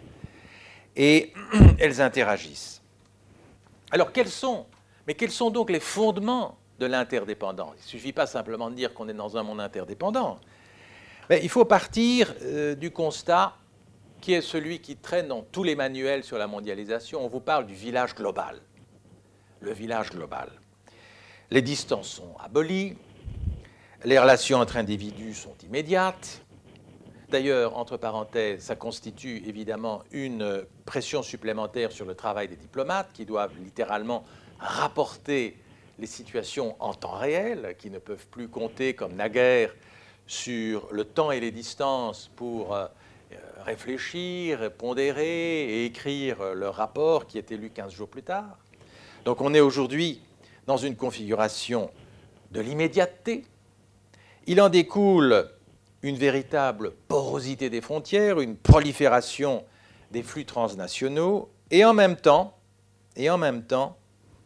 [SPEAKER 3] et elles interagissent. Alors, quels sont, mais quels sont donc les fondements de l'interdépendance? Il ne suffit pas simplement de dire qu'on est dans un monde interdépendant. Mais il faut partir euh, du constat qui est celui qui traîne dans tous les manuels sur la mondialisation. On vous parle du village global. Le village global. Les distances sont abolies, les relations entre individus sont immédiates. D'ailleurs, entre parenthèses, ça constitue évidemment une pression supplémentaire sur le travail des diplomates qui doivent littéralement rapporter les situations en temps réel, qui ne peuvent plus compter comme naguère sur le temps et les distances pour euh, réfléchir, pondérer et écrire leur rapport qui est élu quinze jours plus tard. Donc on est aujourd'hui dans une configuration de l'immédiateté Il en découle une véritable porosité des frontières, une prolifération des flux transnationaux, et en même temps, et en même temps,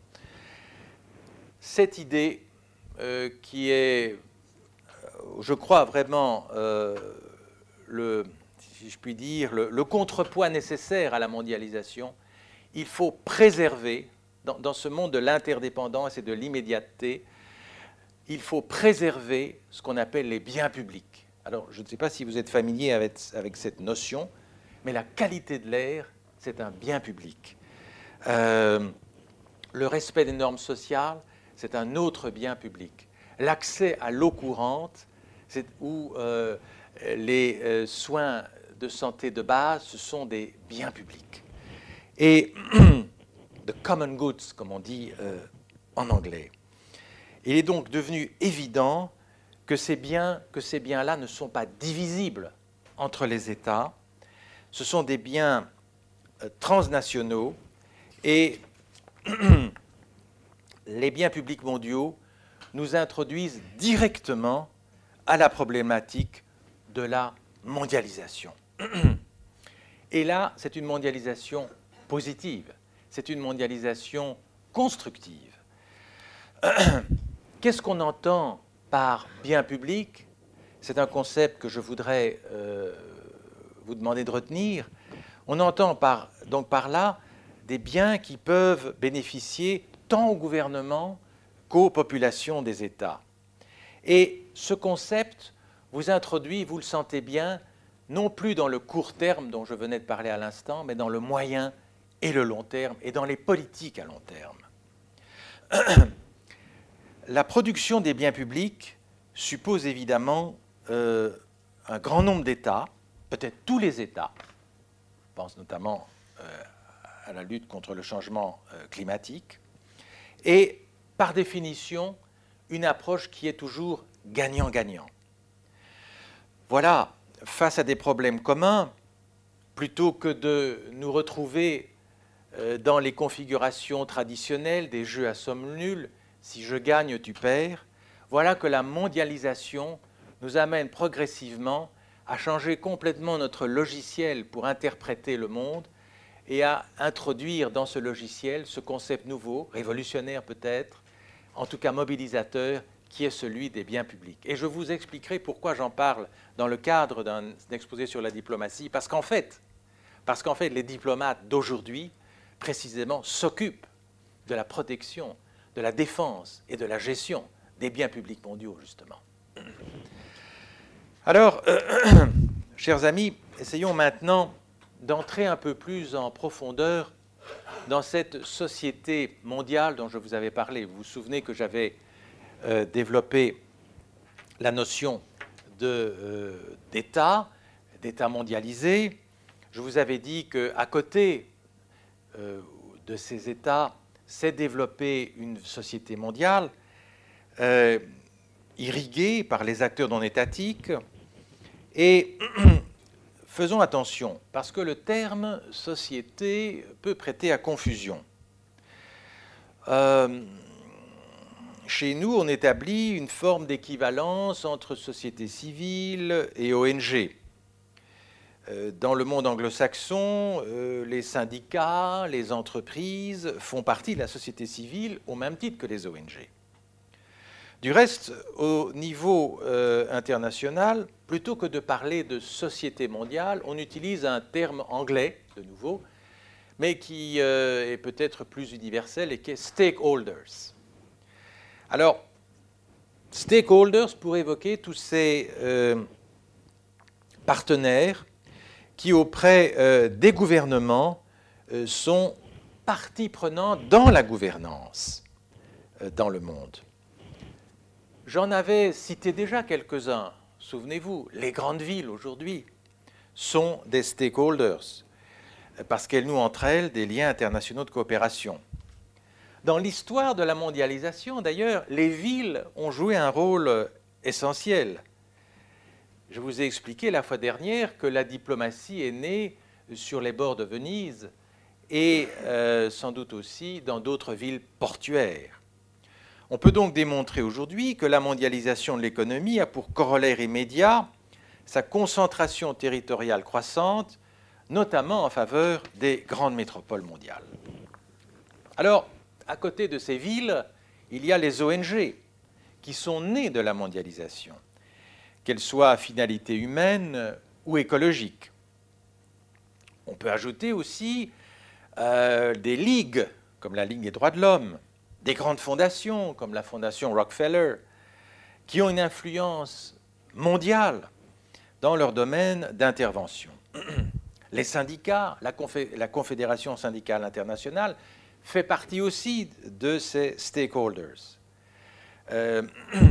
[SPEAKER 3] cette idée euh, qui est, je crois vraiment, euh, le, si je puis dire, le, le contrepoids nécessaire à la mondialisation, il faut préserver, dans, dans ce monde de l'interdépendance et de l'immédiateté, il faut préserver ce qu'on appelle les biens publics. Alors, je ne sais pas si vous êtes familier avec, avec cette notion, mais la qualité de l'air, c'est un bien public. Euh, le respect des normes sociales, c'est un autre bien public. L'accès à l'eau courante, c'est où euh, les euh, soins de santé de base, ce sont des biens publics. Et the common goods, comme on dit euh, en anglais. Il est donc devenu évident que ces biens, que ces biens-là ne sont pas divisibles entre les États. Ce sont des biens euh, transnationaux et les biens publics mondiaux nous introduisent directement à la problématique de la mondialisation. Et là, c'est une mondialisation positive, c'est une mondialisation constructive. Qu'est-ce qu'on entend par bien public? C'est un concept que je voudrais euh, vous demander de retenir. On entend par, donc par là des biens qui peuvent bénéficier tant au gouvernement qu'aux populations des États. Et ce concept vous introduit, vous le sentez bien, non plus dans le court terme dont je venais de parler à l'instant, mais dans le moyen et le long terme, et dans les politiques à long terme. La production des biens publics suppose évidemment euh, un grand nombre d'États, peut-être tous les États, je pense notamment euh, à la lutte contre le changement euh, climatique, et par définition, une approche qui est toujours gagnant-gagnant. Voilà, face à des problèmes communs, plutôt que de nous retrouver euh, dans les configurations traditionnelles des jeux à somme nulle, si je gagne, tu perds, voilà que la mondialisation nous amène progressivement à changer complètement notre logiciel pour interpréter le monde et à introduire dans ce logiciel ce concept nouveau, révolutionnaire peut-être, en tout cas mobilisateur, qui est celui des biens publics. Et je vous expliquerai pourquoi j'en parle dans le cadre d'un exposé sur la diplomatie, parce qu'en fait, parce qu'en fait, les diplomates d'aujourd'hui, précisément, s'occupent de la protection, de la défense et de la gestion des biens publics mondiaux, justement. Alors, euh, chers amis, essayons maintenant d'entrer un peu plus en profondeur dans cette société mondiale dont je vous avais parlé. Vous vous souvenez que j'avais euh, développé la notion de, euh, d'État, d'État mondialisé. Je vous avais dit qu'à côté euh, de ces États, s'est développée une société mondiale euh, irriguée par les acteurs non étatiques. Et faisons attention, parce que le terme « société » peut prêter à confusion. Euh, chez nous, on établit une forme d'équivalence entre société civile et O N G. Euh, dans le monde anglo-saxon, euh, les syndicats, les entreprises font partie de la société civile au même titre que les O N G. Du reste, au niveau euh, international, plutôt que de parler de société mondiale, on utilise un terme anglais, de nouveau, mais qui euh, est peut-être plus universel et qui est stakeholders. Alors, stakeholders pour évoquer tous ces euh, partenaires qui, auprès euh, des gouvernements, euh, sont partie prenante dans la gouvernance euh, dans le monde. J'en avais cité déjà quelques-uns. Souvenez-vous, les grandes villes aujourd'hui sont des stakeholders parce qu'elles nouent entre elles des liens internationaux de coopération. Dans l'histoire de la mondialisation, d'ailleurs, les villes ont joué un rôle essentiel. Je vous ai expliqué la fois dernière que la diplomatie est née sur les bords de Venise et euh, sans doute aussi dans d'autres villes portuaires. On peut donc démontrer aujourd'hui que la mondialisation de l'économie a pour corollaire immédiat sa concentration territoriale croissante, notamment en faveur des grandes métropoles mondiales. Alors, à côté de ces villes, il y a les O N G qui sont nées de la mondialisation, qu'elles soient à finalité humaine ou écologique. On peut ajouter aussi euh, des ligues, comme la Ligue des droits de l'homme, des grandes fondations, comme la Fondation Rockefeller, qui ont une influence mondiale dans leur domaine d'intervention. Les syndicats, la, Confé- la Confédération syndicale internationale fait partie aussi de ces stakeholders. Euh,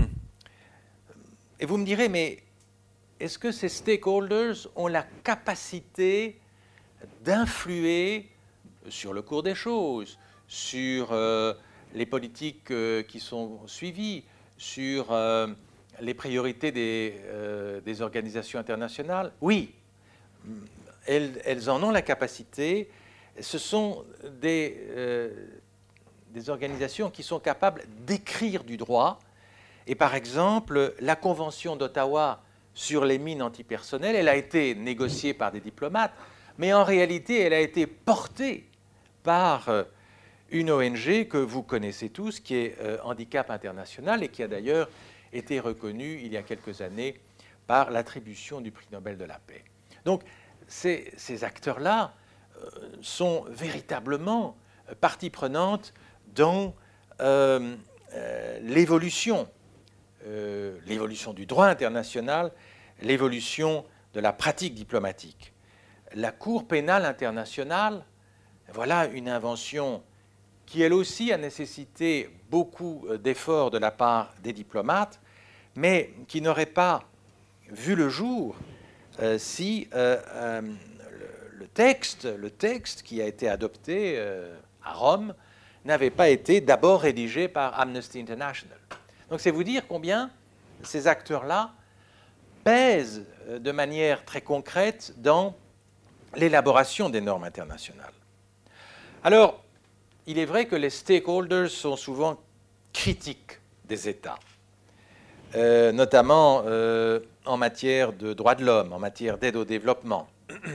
[SPEAKER 3] et vous me direz, mais est-ce que ces stakeholders ont la capacité d'influer sur le cours des choses, sur euh, les politiques euh, qui sont suivies, sur euh, les priorités des, euh, des organisations internationales? Oui, elles, elles en ont la capacité. Ce sont des, euh, des organisations qui sont capables d'écrire du droit. Et par exemple, la Convention d'Ottawa sur les mines antipersonnelles, elle a été négociée par des diplomates, mais en réalité, elle a été portée par euh, une O N G que vous connaissez tous, qui est euh, Handicap International, et qui a d'ailleurs été reconnue il y a quelques années par l'attribution du prix Nobel de la paix. Donc, ces, ces acteurs-là euh, sont véritablement partie prenante dans euh, euh, l'évolution, euh, l'évolution du droit international, l'évolution de la pratique diplomatique. La Cour pénale internationale, voilà une invention qui, elle aussi, a nécessité beaucoup d'efforts de la part des diplomates, mais qui n'aurait pas vu le jour euh, si euh, euh, le, le, texte, le texte qui a été adopté euh, à Rome n'avait pas été d'abord rédigé par Amnesty International. Donc c'est vous dire combien ces acteurs-là pèsent de manière très concrète dans l'élaboration des normes internationales. Alors, il est vrai que les stakeholders sont souvent critiques des États, euh, notamment euh, en matière de droits de l'homme, en matière d'aide au développement.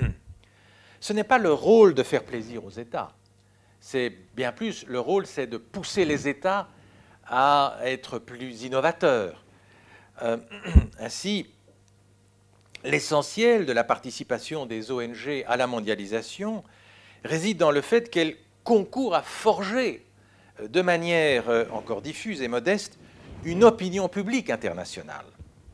[SPEAKER 3] Ce n'est pas le rôle de faire plaisir aux États. C'est bien plus, le rôle, c'est de pousser les États à être plus innovateurs. Euh, ainsi, l'essentiel de la participation des O N G à la mondialisation réside dans le fait qu'elles concourent à forger, de manière encore diffuse et modeste, une opinion publique internationale.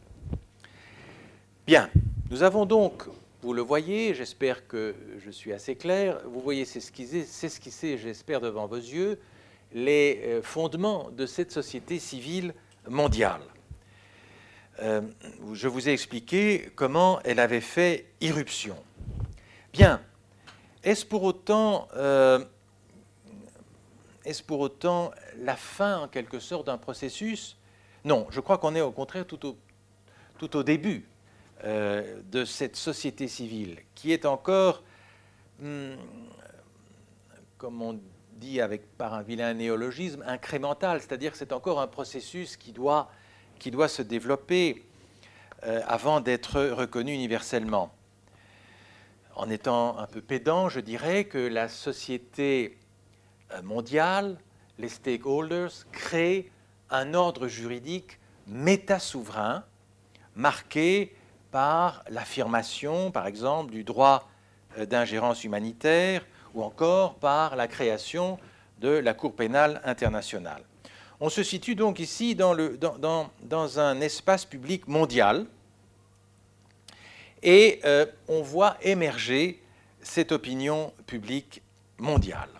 [SPEAKER 3] Bien, nous avons donc, vous le voyez, j'espère que je suis assez clair, vous voyez s'esquisser, s'esquisser, j'espère, devant vos yeux, les fondements de cette société civile mondiale. Euh, je vous ai expliqué comment elle avait fait irruption. Bien, est-ce pour autant, euh, est-ce pour autant la fin, en quelque sorte, d'un processus? Non, je crois qu'on est au contraire tout au, tout au début euh, de cette société civile, qui est encore, hum, comme on dit avec, par un vilain néologisme, incrémental, c'est-à-dire que c'est encore un processus qui doit, qui doit se développer euh, avant d'être reconnu universellement. En étant un peu pédant, je dirais que la société mondiale, les stakeholders, créent un ordre juridique métasouverain marqué par l'affirmation, par exemple, du droit d'ingérence humanitaire ou encore par la création de la Cour pénale internationale. On se situe donc ici dans, le, dans, dans, dans un espace public mondial et euh, on voit émerger cette opinion publique mondiale.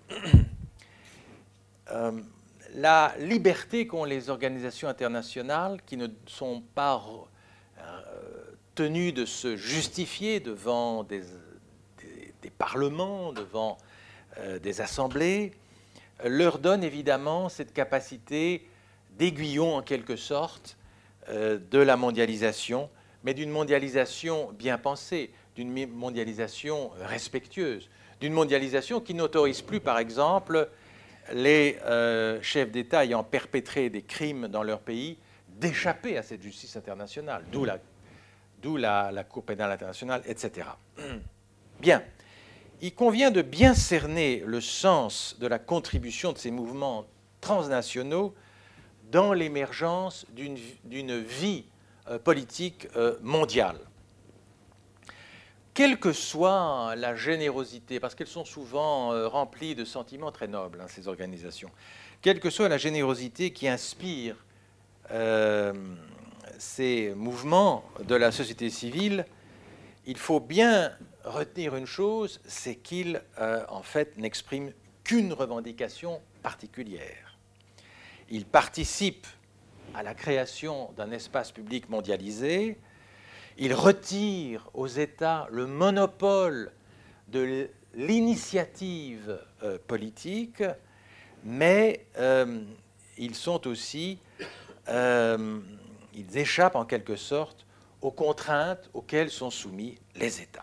[SPEAKER 3] euh, la liberté qu'ont les organisations internationales, qui ne sont pas euh, tenues de se justifier devant des, des, des parlements, devant euh, des assemblées, leur donne évidemment cette capacité d'aiguillon en quelque sorte euh, de la mondialisation, mais d'une mondialisation bien pensée, d'une mondialisation respectueuse, d'une mondialisation qui n'autorise plus, par exemple, les euh, chefs d'État ayant perpétré des crimes dans leur pays d'échapper à cette justice internationale, d'où la, d'où la, la Cour pénale internationale, et cetera. Bien, il convient de bien cerner le sens de la contribution de ces mouvements transnationaux dans l'émergence d'une, d'une vie euh, politique euh, mondiale. Quelle que soit la générosité, parce qu'elles sont souvent euh, remplies de sentiments très nobles, hein, ces organisations, quelle que soit la générosité qui inspire euh, ces mouvements de la société civile, il faut bien retenir une chose, c'est qu'ils, euh, en fait, n'expriment qu'une revendication particulière. Ils participent à la création d'un espace public mondialisé. Il retire aux États le monopole de l'initiative euh, politique, mais euh, ils sont aussi, euh, ils échappent en quelque sorte aux contraintes auxquelles sont soumis les États.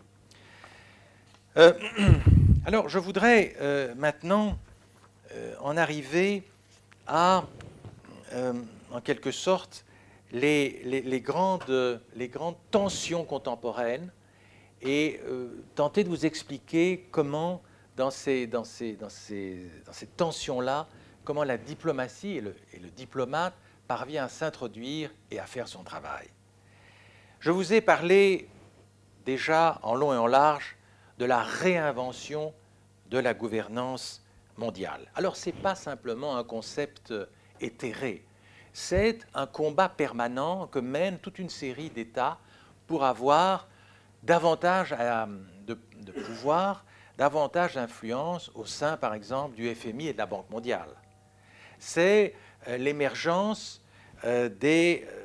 [SPEAKER 3] Euh, alors, je voudrais euh, maintenant euh, en arriver à, euh, en quelque sorte, Les, les, les, grandes, les grandes tensions contemporaines et euh, tenter de vous expliquer comment, dans ces, dans ces, dans ces, dans ces tensions-là, comment la diplomatie et le, et le diplomate parvient à s'introduire et à faire son travail. Je vous ai parlé déjà en long et en large de la réinvention de la gouvernance mondiale. Alors, ce n'est pas simplement un concept éthéré. C'est un combat permanent que mène toute une série d'États pour avoir davantage de, de pouvoir, davantage d'influence au sein, par exemple, du F M I et de la Banque mondiale. C'est euh, l'émergence euh, des... Euh,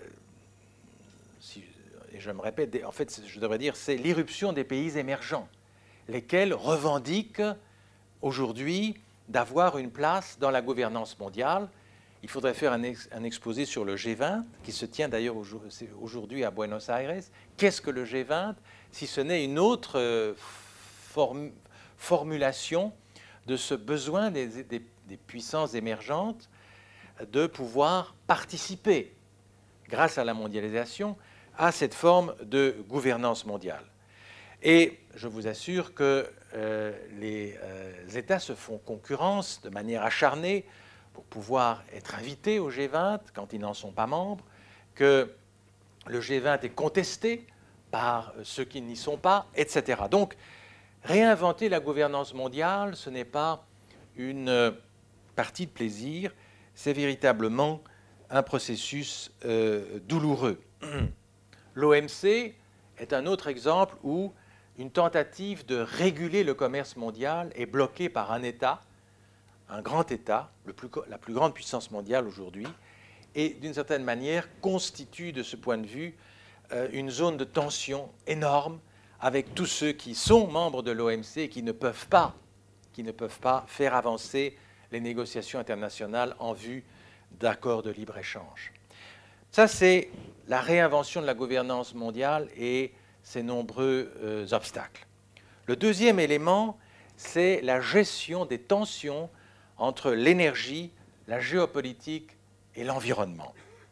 [SPEAKER 3] si, et je me répète, des, en fait, je devrais dire, c'est l'irruption des pays émergents, lesquels revendiquent aujourd'hui d'avoir une place dans la gouvernance mondiale. Il faudrait faire un, ex, un exposé sur le G vingt, qui se tient d'ailleurs aujourd'hui à Buenos Aires. Qu'est-ce que le G vingt, si ce n'est une autre euh, form, formulation de ce besoin des, des, des puissances émergentes de pouvoir participer, grâce à la mondialisation, à cette forme de gouvernance mondiale. Et je vous assure que euh, les euh, États se font concurrence de manière acharnée pour pouvoir être invités au G vingt quand ils n'en sont pas membres, que le G vingt est contesté par ceux qui n'y sont pas, et cetera. Donc, réinventer la gouvernance mondiale, ce n'est pas une partie de plaisir, c'est véritablement un processus euh, douloureux. L'O M C est un autre exemple où une tentative de réguler le commerce mondial est bloquée par un État, un grand État, le plus, la plus grande puissance mondiale aujourd'hui, et d'une certaine manière constitue de ce point de vue euh, une zone de tension énorme avec tous ceux qui sont membres de l'O M C et qui ne peuvent pas, qui ne peuvent pas faire avancer les négociations internationales en vue d'accords de libre-échange. Ça, c'est la réinvention de la gouvernance mondiale et ses nombreux euh, obstacles. Le deuxième élément, c'est la gestion des tensions entre l'énergie, la géopolitique et l'environnement.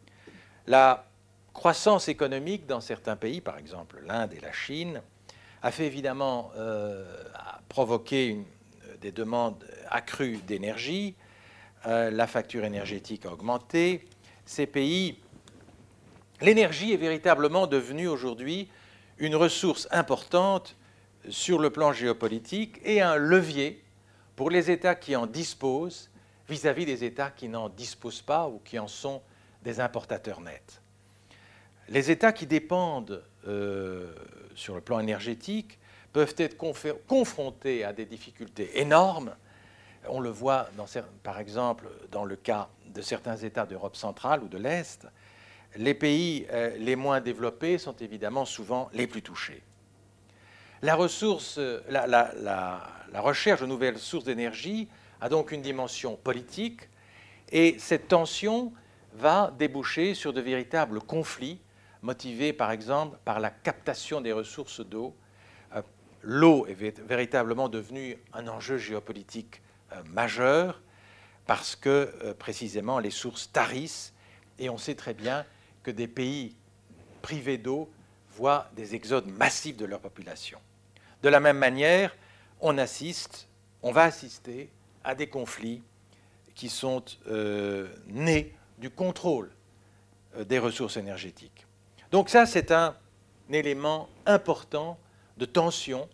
[SPEAKER 3] La croissance économique dans certains pays, par exemple l'Inde et la Chine, a fait évidemment euh, a provoqué une, des demandes accrues d'énergie, euh, la facture énergétique a augmenté. Ces pays, l'énergie est véritablement devenue aujourd'hui une ressource importante sur le plan géopolitique et un levier pour les États qui en disposent vis-à-vis des États qui n'en disposent pas ou qui en sont des importateurs nets. Les États qui dépendent euh, sur le plan énergétique peuvent être confrontés à des difficultés énormes. On le voit, dans, par exemple, dans le cas de certains États d'Europe centrale ou de l'Est. Les pays euh, les moins développés sont évidemment souvent les plus touchés. La, ressource, la, la, la, la recherche de nouvelles sources d'énergie a donc une dimension politique et cette tension va déboucher sur de véritables conflits motivés par exemple par la captation des ressources d'eau. L'eau est véritablement devenue un enjeu géopolitique majeur parce que euh, précisément les sources tarissent et on sait très bien que des pays privés d'eau voient des exodes massifs de leur population. De la même manière, on assiste, on va assister à des conflits qui sont euh, nés du contrôle euh, des ressources énergétiques. Donc ça, c'est un, un élément important de tension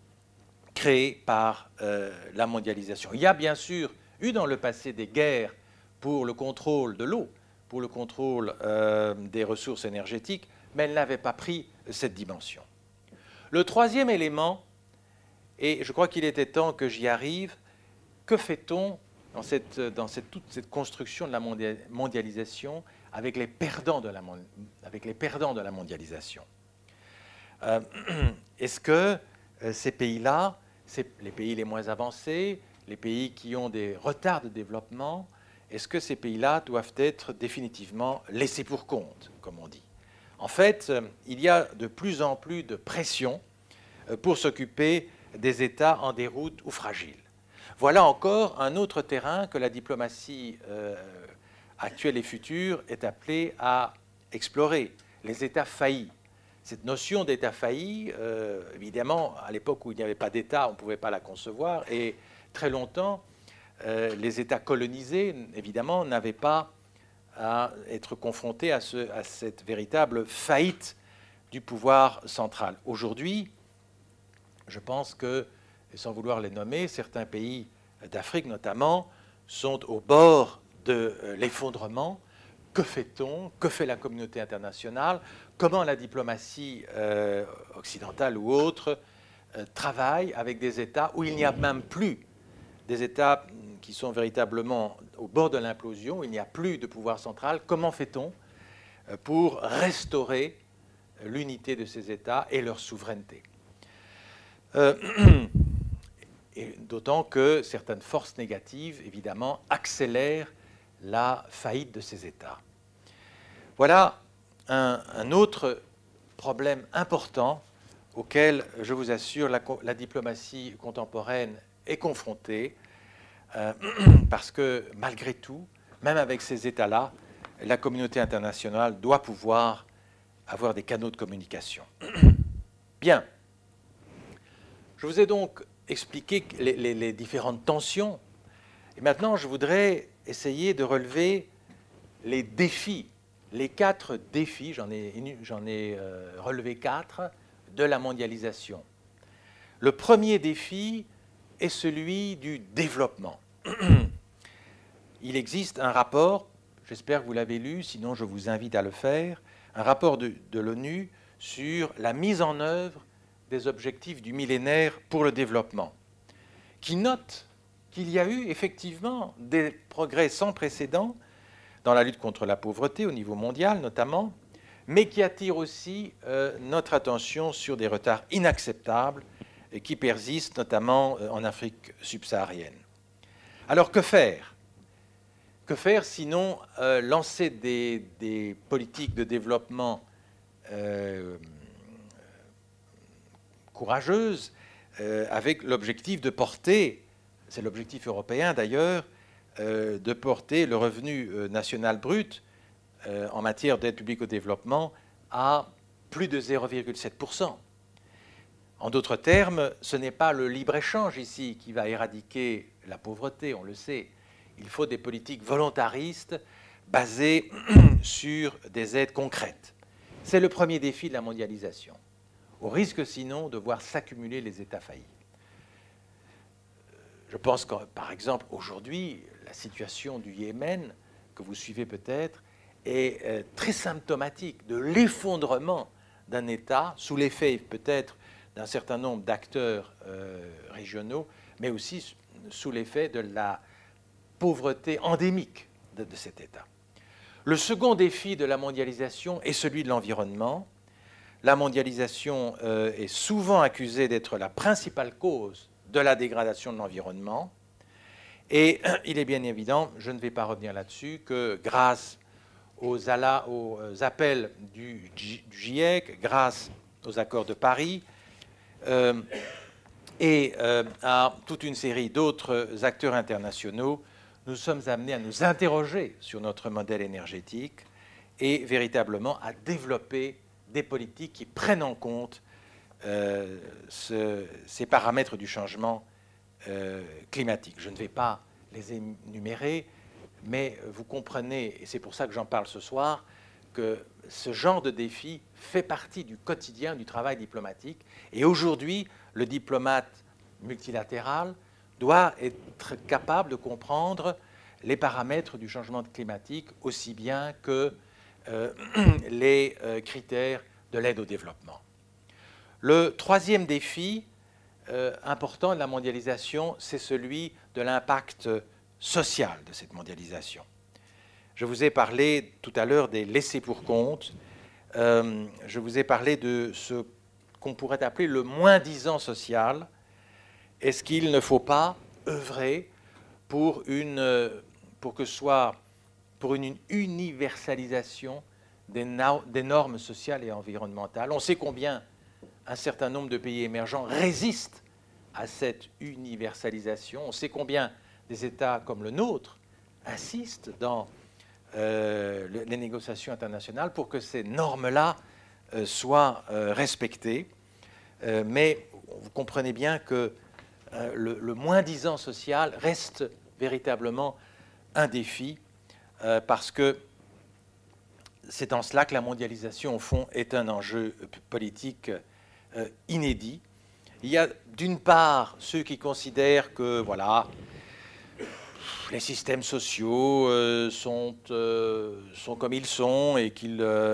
[SPEAKER 3] créé par euh, la mondialisation. Il y a bien sûr eu dans le passé des guerres pour le contrôle de l'eau, pour le contrôle euh, des ressources énergétiques, mais elles n'avaient pas pris cette dimension. Le troisième élément, et je crois qu'il était temps que j'y arrive, que fait-on dans, cette, dans cette, toute cette construction de la mondialisation avec les perdants de la, avec les perdants de la mondialisation? euh, Est-ce que euh, ces pays-là, les pays les moins avancés, les pays qui ont des retards de développement, est-ce que ces pays-là doivent être définitivement laissés pour compte, comme on dit? En fait, il y a de plus en plus de pression pour s'occuper des États en déroute ou fragiles. Voilà encore un autre terrain que la diplomatie euh, actuelle et future est appelée à explorer, les États faillis. Cette notion d'État failli, euh, évidemment, à l'époque où il n'y avait pas d'État, on ne pouvait pas la concevoir, et très longtemps, euh, les États colonisés, évidemment, n'avaient pas à être confrontés à, ce, à cette véritable faillite du pouvoir central. Aujourd'hui, je pense que, et sans vouloir les nommer, certains pays d'Afrique notamment sont au bord de l'effondrement. Que fait-on? Que fait la communauté internationale? Comment la diplomatie euh, occidentale ou autre euh, travaille avec des États où il n'y a même plus des États qui sont véritablement au bord de l'implosion, où il n'y a plus de pouvoir central? Comment fait-on pour restaurer l'unité de ces États et leur souveraineté? euh, et d'autant que certaines forces négatives, évidemment, accélèrent la faillite de ces États. Voilà un, un autre problème important auquel, je vous assure, la, la diplomatie contemporaine est confrontée, euh, parce que, malgré tout, même avec ces États-là, la communauté internationale doit pouvoir avoir des canaux de communication. Bien. Je vous ai donc expliqué les, les, les différentes tensions, et maintenant je voudrais essayer de relever les défis, les quatre défis, j'en ai, j'en ai euh, relevé quatre, de la mondialisation. Le premier défi est celui du développement. Il existe un rapport, j'espère que vous l'avez lu, sinon je vous invite à le faire, un rapport de, de l'ONU sur la mise en œuvre des objectifs du millénaire pour le développement, qui note qu'il y a eu effectivement des progrès sans précédent dans la lutte contre la pauvreté au niveau mondial notamment, mais qui attire aussi euh, notre attention sur des retards inacceptables et qui persistent notamment euh, en Afrique subsaharienne. Alors que faire? Que faire sinon euh, lancer des, des politiques de développement euh, courageuses euh, avec l'objectif de porter, c'est l'objectif européen d'ailleurs, euh, de porter le revenu euh, national brut euh, en matière d'aide publique au développement à plus de zéro virgule sept pour cent. En d'autres termes, ce n'est pas le libre-échange ici qui va éradiquer la pauvreté, on le sait. Il faut des politiques volontaristes basées sur des aides concrètes. C'est le premier défi de la mondialisation, au risque sinon de voir s'accumuler les États faillis. Je pense que, par exemple, aujourd'hui, la situation du Yémen, que vous suivez peut-être, est euh, très symptomatique de l'effondrement d'un État, sous l'effet peut-être d'un certain nombre d'acteurs euh, régionaux, mais aussi sous l'effet de la pauvreté endémique de, de cet État. Le second défi de la mondialisation est celui de l'environnement. La mondialisation euh, est souvent accusée d'être la principale cause de la dégradation de l'environnement. Et euh, il est bien évident, je ne vais pas revenir là-dessus, que grâce aux, ala, aux appels du, du GIEC, grâce aux accords de Paris, euh, et euh, à toute une série d'autres acteurs internationaux, nous sommes amenés à nous interroger sur notre modèle énergétique et véritablement à développer des politiques qui prennent en compte euh, ce, ces paramètres du changement euh, climatique. Je ne vais pas les énumérer, mais vous comprenez, et c'est pour ça que j'en parle ce soir, que ce genre de défi fait partie du quotidien du travail diplomatique. Et aujourd'hui, le diplomate multilatéral doit être capable de comprendre les paramètres du changement climatique aussi bien que euh, les euh, critères de l'aide au développement. Le troisième défi euh, important de la mondialisation, c'est celui de l'impact social de cette mondialisation. Je vous ai parlé tout à l'heure des laissés-pour-compte. Euh, je vous ai parlé de ce qu'on pourrait appeler le moins-disant social. Est-ce qu'il ne faut pas œuvrer pour, une, pour que soit pour une universalisation des, des normes sociales et environnementales? On sait combien un certain nombre de pays émergents résistent à cette universalisation. On sait combien des États comme le nôtre insistent dans euh, les négociations internationales pour que ces normes-là euh, soient euh, respectées. Euh, mais vous comprenez bien que euh, le, le moins-disant social reste véritablement un défi euh, parce que c'est en cela que la mondialisation, au fond, est un enjeu politique euh, inédit. Il y a d'une part ceux qui considèrent que, voilà, les systèmes sociaux euh, sont, euh, sont comme ils sont et qu'ils euh,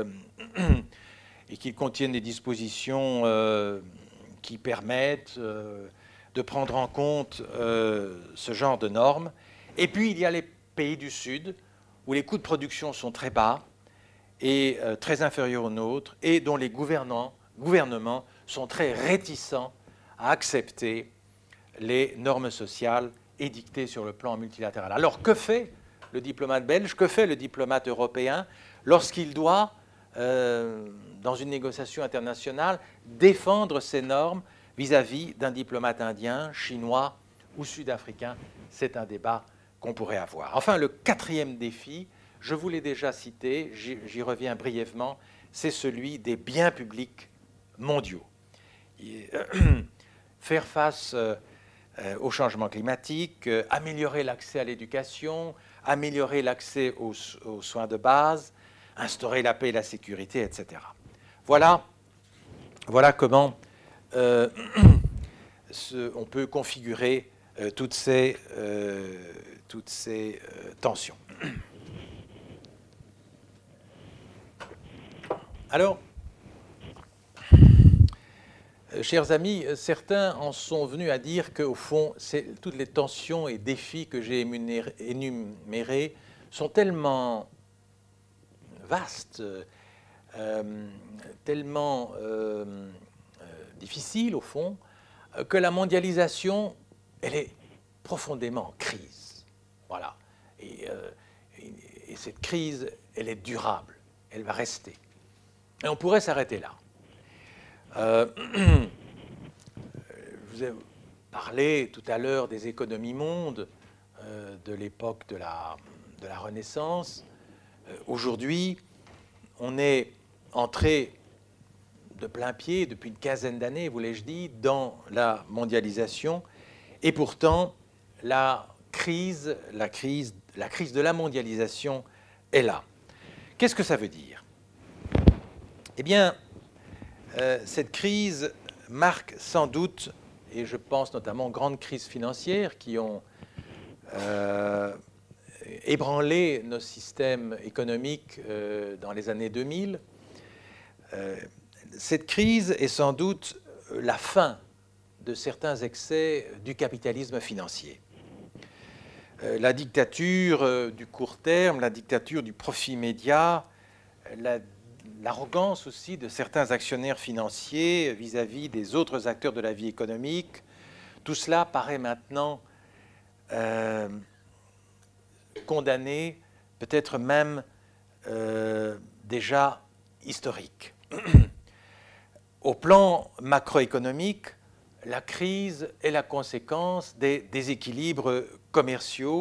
[SPEAKER 3] et qu'ils contiennent des dispositions euh, qui permettent euh, de prendre en compte euh, ce genre de normes. Et puis, il y a les pays du Sud, où les coûts de production sont très bas et euh, très inférieurs aux nôtres, et dont les gouvernants, gouvernements sont très réticents à accepter les normes sociales édictées sur le plan multilatéral. Alors, que fait le diplomate belge, que fait le diplomate européen lorsqu'il doit, euh, dans une négociation internationale, défendre ces normes vis-à-vis d'un diplomate indien, chinois ou sud-africain? C'est un débat qu'on pourrait avoir. Enfin, le quatrième défi, je vous l'ai déjà cité, j'y reviens brièvement, c'est celui des biens publics mondiaux. Et, euh, faire face euh, au changement climatique, euh, améliorer l'accès à l'éducation, améliorer l'accès aux, aux soins de base, instaurer la paix et la sécurité, et cetera. Voilà, voilà comment euh, ce, on peut configurer euh, toutes ces, euh, toutes ces euh, tensions. Alors, euh, chers amis, certains en sont venus à dire qu'au fond, toutes les tensions et défis que j'ai énumérés sont tellement vastes, euh, tellement euh, euh, difficiles au fond, que la mondialisation, elle est profondément en crise. Voilà. Et, euh, et, et cette crise, elle est durable, elle va rester. Et on pourrait s'arrêter là. Euh, je vous ai parlé tout à l'heure des économies mondes euh, de l'époque de la, de la Renaissance. Euh, Aujourd'hui, on est entré de plein pied, depuis une quinzaine d'années, vous l'ai-je dit, dans la mondialisation. Et pourtant, la crise, la crise, la crise de la mondialisation est là. Qu'est-ce que ça veut dire ? Eh bien, euh, cette crise marque sans doute, et je pense notamment aux grandes crises financières qui ont euh, ébranlé nos systèmes économiques euh, dans les années deux mille. Euh, cette crise est sans doute la fin de certains excès du capitalisme financier. Euh, la dictature euh, du court terme, la dictature du profit immédiat, la l'arrogance aussi de certains actionnaires financiers vis-à-vis des autres acteurs de la vie économique, tout cela paraît maintenant euh, condamné, peut-être même euh, déjà historique. Au plan macroéconomique, la crise est la conséquence des déséquilibres commerciaux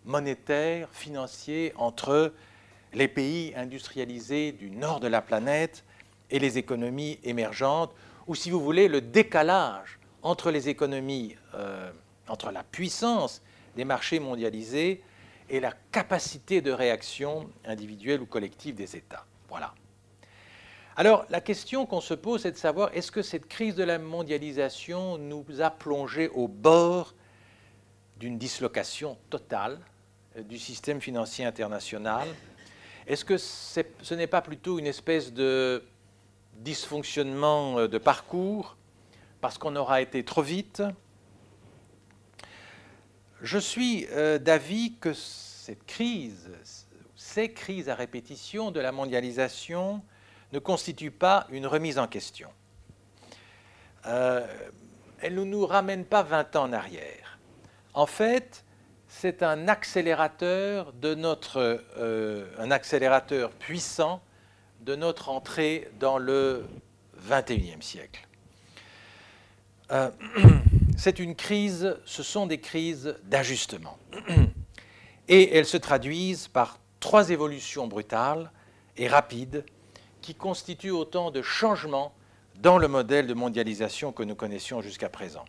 [SPEAKER 3] monétaire, financier entre les pays industrialisés du nord de la planète et les économies émergentes, ou si vous voulez, le décalage entre les économies, euh, entre la puissance des marchés mondialisés et la capacité de réaction individuelle ou collective des États. Voilà. Alors, la question qu'on se pose, c'est de savoir, est-ce que cette crise de la mondialisation nous a plongés au bord d'une dislocation totale du système financier international? Est-ce que c'est, ce n'est pas plutôt une espèce de dysfonctionnement de parcours parce qu'on aura été trop vite? Je suis euh, d'avis que cette crise, ces crises à répétition de la mondialisation ne constituent pas une remise en question. Euh, elles ne nous ramènent pas vingt ans en arrière. En fait, c'est un accélérateur de notre, euh, un accélérateur puissant de notre entrée dans le vingt et unième siècle. Euh, c'est une crise, ce sont des crises d'ajustement. Et elles se traduisent par trois évolutions brutales et rapides qui constituent autant de changements dans le modèle de mondialisation que nous connaissions jusqu'à présent.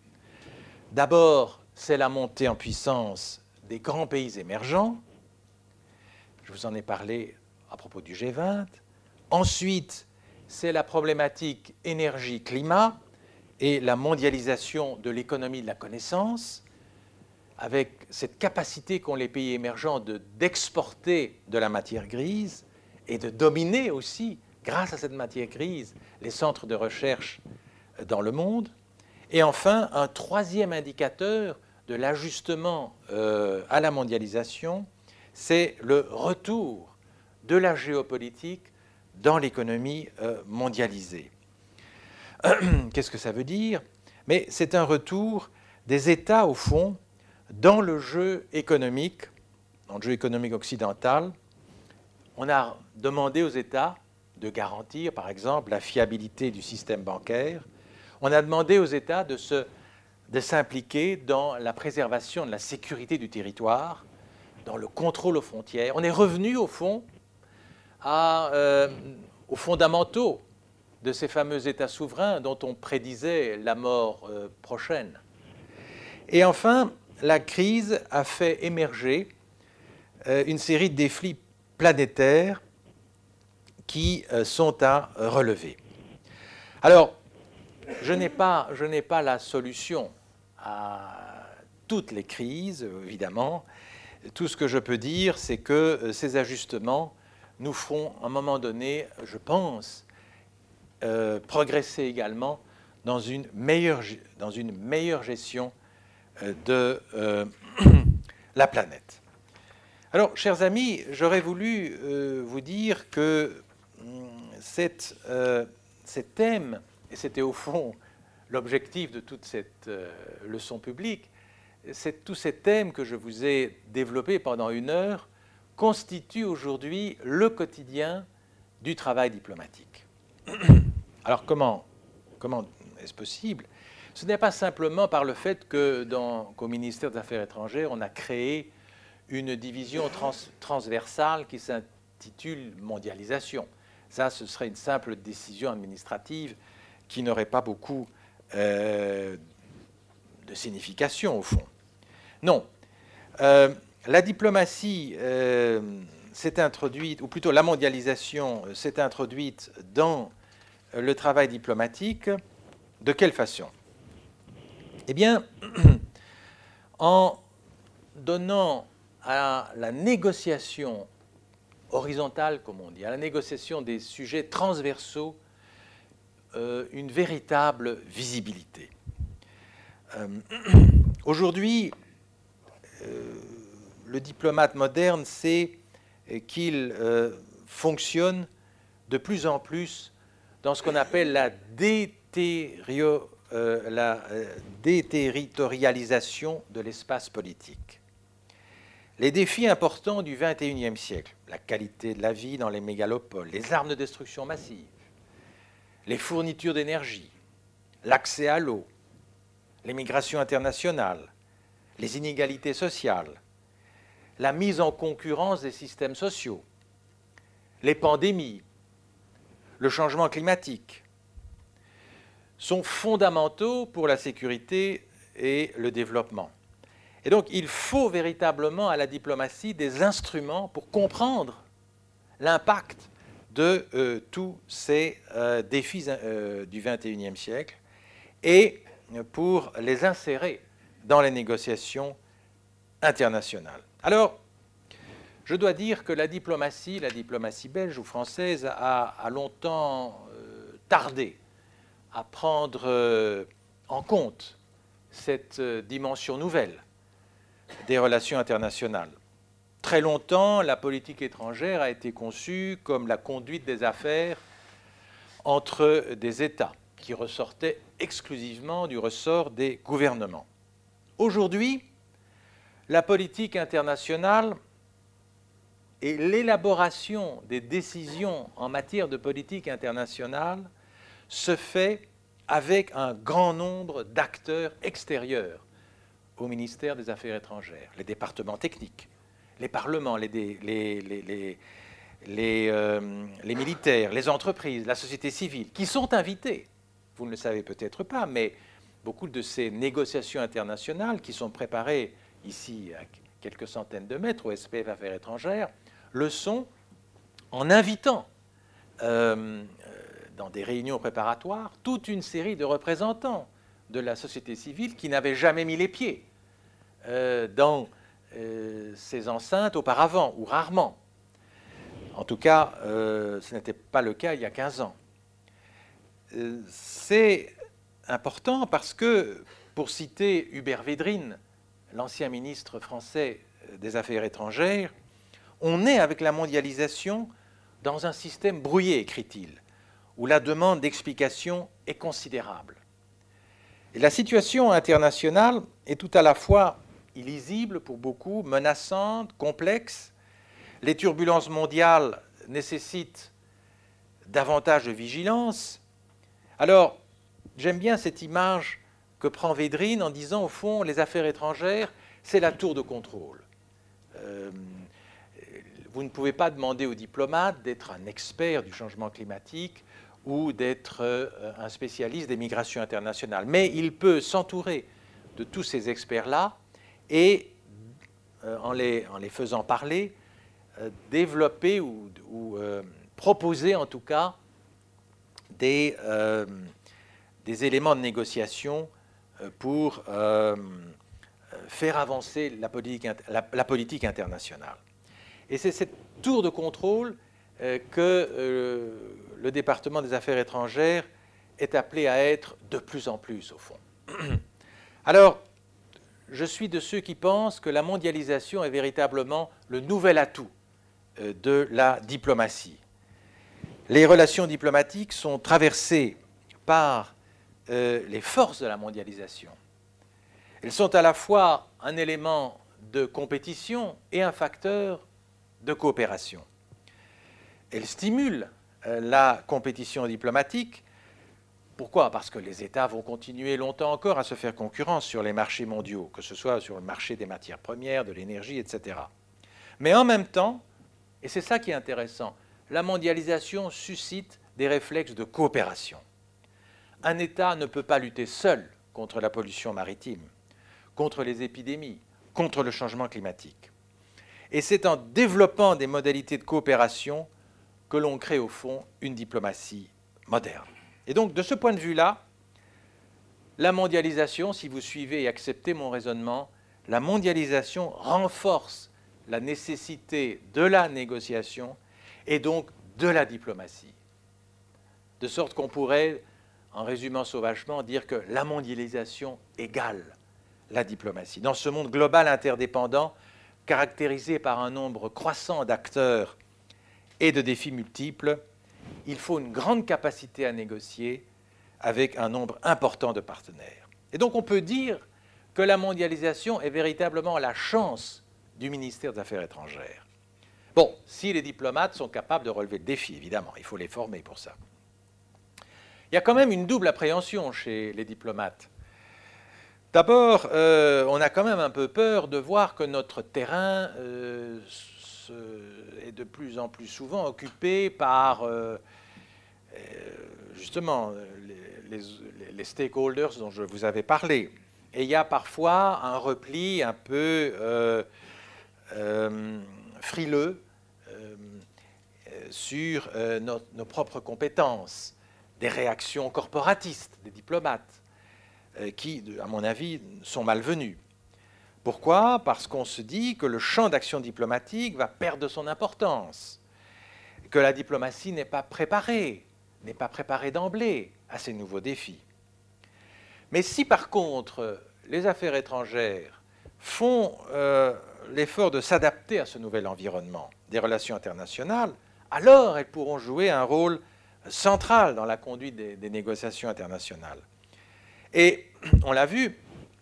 [SPEAKER 3] D'abord, c'est la montée en puissance des grands pays émergents. Je vous en ai parlé à propos du G vingt. Ensuite, c'est la problématique énergie-climat et la mondialisation de l'économie de la connaissance, avec cette capacité qu'ont les pays émergents de, d'exporter de la matière grise et de dominer aussi, grâce à cette matière grise, les centres de recherche dans le monde. Et enfin, un troisième indicateur de l'ajustement euh, à la mondialisation, c'est le retour de la géopolitique dans l'économie euh, mondialisée. Qu'est-ce que ça veut dire? Mais c'est un retour des États, au fond, dans le jeu économique, dans le jeu économique occidental. On a demandé aux États de garantir, par exemple, la fiabilité du système bancaire. On a demandé aux États de, se, de s'impliquer dans la préservation de la sécurité du territoire, dans le contrôle aux frontières. On est revenu, au fond, à, euh, aux fondamentaux de ces fameux États souverains dont on prédisait la mort euh, prochaine. Et enfin, la crise a fait émerger euh, une série de défis planétaires qui euh, sont à relever. Alors, je n'ai pas, je n'ai pas la solution à toutes les crises, évidemment. Tout ce que je peux dire, c'est que euh, ces ajustements nous feront, à un moment donné, je pense, euh, progresser également dans une meilleure, dans une meilleure gestion euh, de euh, la planète. Alors, chers amis, j'aurais voulu euh, vous dire que cette, euh, ces thèmes, et c'était au fond l'objectif de toute cette euh, leçon publique, c'est, tous ces thèmes que je vous ai développés pendant une heure constituent aujourd'hui le quotidien du travail diplomatique. Alors comment, comment est-ce possible? Ce n'est pas simplement par le fait que dans, qu'au ministère des Affaires étrangères, on a créé une division trans, transversale qui s'intitule mondialisation. Ça, ce serait une simple décision administrative qui n'aurait pas beaucoup euh, de signification, au fond. Non. Euh, la diplomatie euh, s'est introduite, ou plutôt la mondialisation euh, s'est introduite dans euh, le travail diplomatique. De quelle façon? Eh bien, en donnant à la négociation horizontale, comme on dit, à la négociation des sujets transversaux, euh, une véritable visibilité. Euh, aujourd'hui, euh, le diplomate moderne sait qu'il euh, fonctionne de plus en plus dans ce qu'on appelle la, déterrio, euh, la euh, déterritorialisation de l'espace politique. Les défis importants du vingt et unième siècle, la qualité de la vie dans les mégalopoles, les armes de destruction massive, les fournitures d'énergie, l'accès à l'eau, les migrations internationales, les inégalités sociales, la mise en concurrence des systèmes sociaux, les pandémies, le changement climatique, sont fondamentaux pour la sécurité et le développement. Et donc, il faut véritablement à la diplomatie des instruments pour comprendre l'impact de euh, tous ces euh, défis euh, du vingt et unième siècle et pour les insérer dans les négociations internationales. Alors, je dois dire que la diplomatie, la diplomatie belge ou française, a, a longtemps euh, tardé à prendre euh, en compte cette euh, dimension nouvelle des relations internationales. Très longtemps, la politique étrangère a été conçue comme la conduite des affaires entre des États qui ressortaient exclusivement du ressort des gouvernements. Aujourd'hui, la politique internationale et l'élaboration des décisions en matière de politique internationale se fait avec un grand nombre d'acteurs extérieurs au ministère des Affaires étrangères, les départements techniques, les parlements, les, les, les, les, les, euh, les militaires, les entreprises, la société civile, qui sont invités. Vous ne le savez peut-être pas, mais beaucoup de ces négociations internationales qui sont préparées ici à quelques centaines de mètres au S P F Affaires étrangères le sont en invitant euh, dans des réunions préparatoires toute une série de représentants de la société civile qui n'avaient jamais mis les pieds euh, dans euh, ces enceintes auparavant, ou rarement. En tout cas, euh, ce n'était pas le cas il y a quinze ans. Euh, c'est important parce que, pour citer Hubert Védrine, l'ancien ministre français des Affaires étrangères, on est avec la mondialisation dans un système brouillé, écrit-il, où la demande d'explication est considérable. Et la situation internationale est tout à la fois illisible pour beaucoup, menaçante, complexe. Les turbulences mondiales nécessitent davantage de vigilance. Alors, j'aime bien cette image que prend Védrine en disant, au fond, les affaires étrangères, c'est la tour de contrôle. Euh, vous ne pouvez pas demander aux diplomates d'être un expert du changement climatique ou d'être euh, un spécialiste des migrations internationales. Mais il peut s'entourer de tous ces experts-là et, euh, en, les, en les faisant parler, euh, développer ou, ou euh, proposer en tout cas des, euh, des éléments de négociation pour euh, faire avancer la politique, la, la politique internationale. Et c'est cette tour de contrôle euh, que euh, le département des Affaires étrangères est appelé à être de plus en plus, au fond. Alors, je suis de ceux qui pensent que la mondialisation est véritablement le nouvel atout euh, de la diplomatie. Les relations diplomatiques sont traversées par euh, les forces de la mondialisation. Elles sont à la fois un élément de compétition et un facteur de coopération. Elles stimulent euh, la compétition diplomatique. Pourquoi ? Parce que les États vont continuer longtemps encore à se faire concurrence sur les marchés mondiaux, que ce soit sur le marché des matières premières, de l'énergie, et cetera. Mais en même temps, et c'est ça qui est intéressant, la mondialisation suscite des réflexes de coopération. Un État ne peut pas lutter seul contre la pollution maritime, contre les épidémies, contre le changement climatique. Et c'est en développant des modalités de coopération que l'on crée au fond une diplomatie moderne. Et donc, de ce point de vue-là, la mondialisation, si vous suivez et acceptez mon raisonnement, la mondialisation renforce la nécessité de la négociation et donc de la diplomatie. De sorte qu'on pourrait, en résumant sauvagement, dire que la mondialisation égale la diplomatie. Dans ce monde global interdépendant, caractérisé par un nombre croissant d'acteurs et de défis multiples, il faut une grande capacité à négocier avec un nombre important de partenaires. Et donc on peut dire que la mondialisation est véritablement la chance du ministère des Affaires étrangères. Bon, si les diplomates sont capables de relever le défi, évidemment, il faut les former pour ça. Il y a quand même une double appréhension chez les diplomates. D'abord, euh, on a quand même un peu peur de voir que notre terrain euh, se, est de plus en plus souvent occupé par, euh, euh, justement, les, les, les stakeholders dont je vous avais parlé. Et il y a parfois un repli un peu euh, euh, frileux euh, sur euh, nos, nos propres compétences, des réactions corporatistes des diplomates, qui, à mon avis, sont malvenus. Pourquoi? Parce qu'on se dit que le champ d'action diplomatique va perdre son importance, que la diplomatie n'est pas préparée, n'est pas préparée d'emblée à ces nouveaux défis. Mais si par contre les affaires étrangères font euh, l'effort de s'adapter à ce nouvel environnement des relations internationales, alors elles pourront jouer un rôle central dans la conduite des, des négociations internationales. Et on l'a vu,